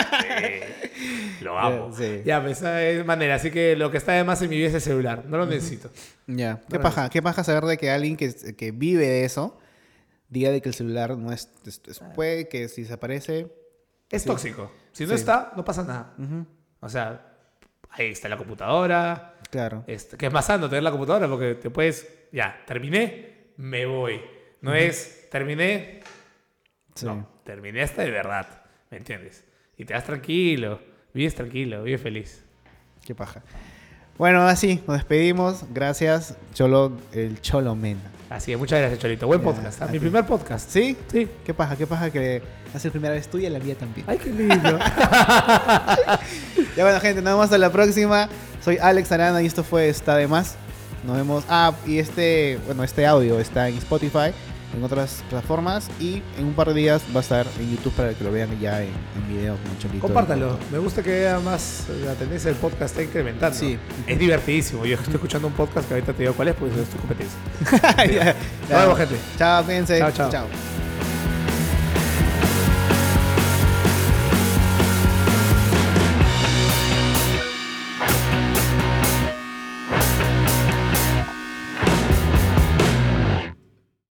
lo amo. Sí. Ya, pues esa es manera. Así que lo que está de más en mi vida es el celular. No lo necesito. Ya. ¿Qué No, paja? ¿Qué paja saber de que alguien que, que vive de eso diga de que el celular no es, es- es- puede que si desaparece... Es Sí. tóxico. Si no Sí. está, no pasa nada. Ujú. O sea, ahí está la computadora. Claro. Este, que es más sano tener la computadora porque te puedes, ya, terminé, me voy. No es, terminé, Sí. no, terminé hasta de verdad, ¿me entiendes? Y te vas tranquilo, vives tranquilo, vives feliz. Qué paja. Bueno, así, nos despedimos. Gracias, Cholo, el Cholo Mena. Así que muchas gracias, Cholito. Buen Ya, podcast, ¿ah? a Mi ti. primer podcast. ¿Sí? Sí. Qué paja, qué paja que hace la primera vez tuya y la mía también. Ay, qué lindo. Ya bueno, gente, nos vemos hasta la próxima. Soy Alex Arana y esto fue Está de Más. Nos vemos. Ah, y este, bueno, este audio está en Spotify, en otras plataformas y en un par de días va a estar en YouTube para que lo vean ya en, en video con Cholito. Compártalo. Me gusta que vea más la tendencia del podcast está incrementando. Sí. Es divertidísimo. Yo estoy escuchando un podcast que ahorita te digo cuál es, pues es tu competencia. Ya, ya. Nos vemos, gente. Chao, cuídense. Chao, chao. Chao.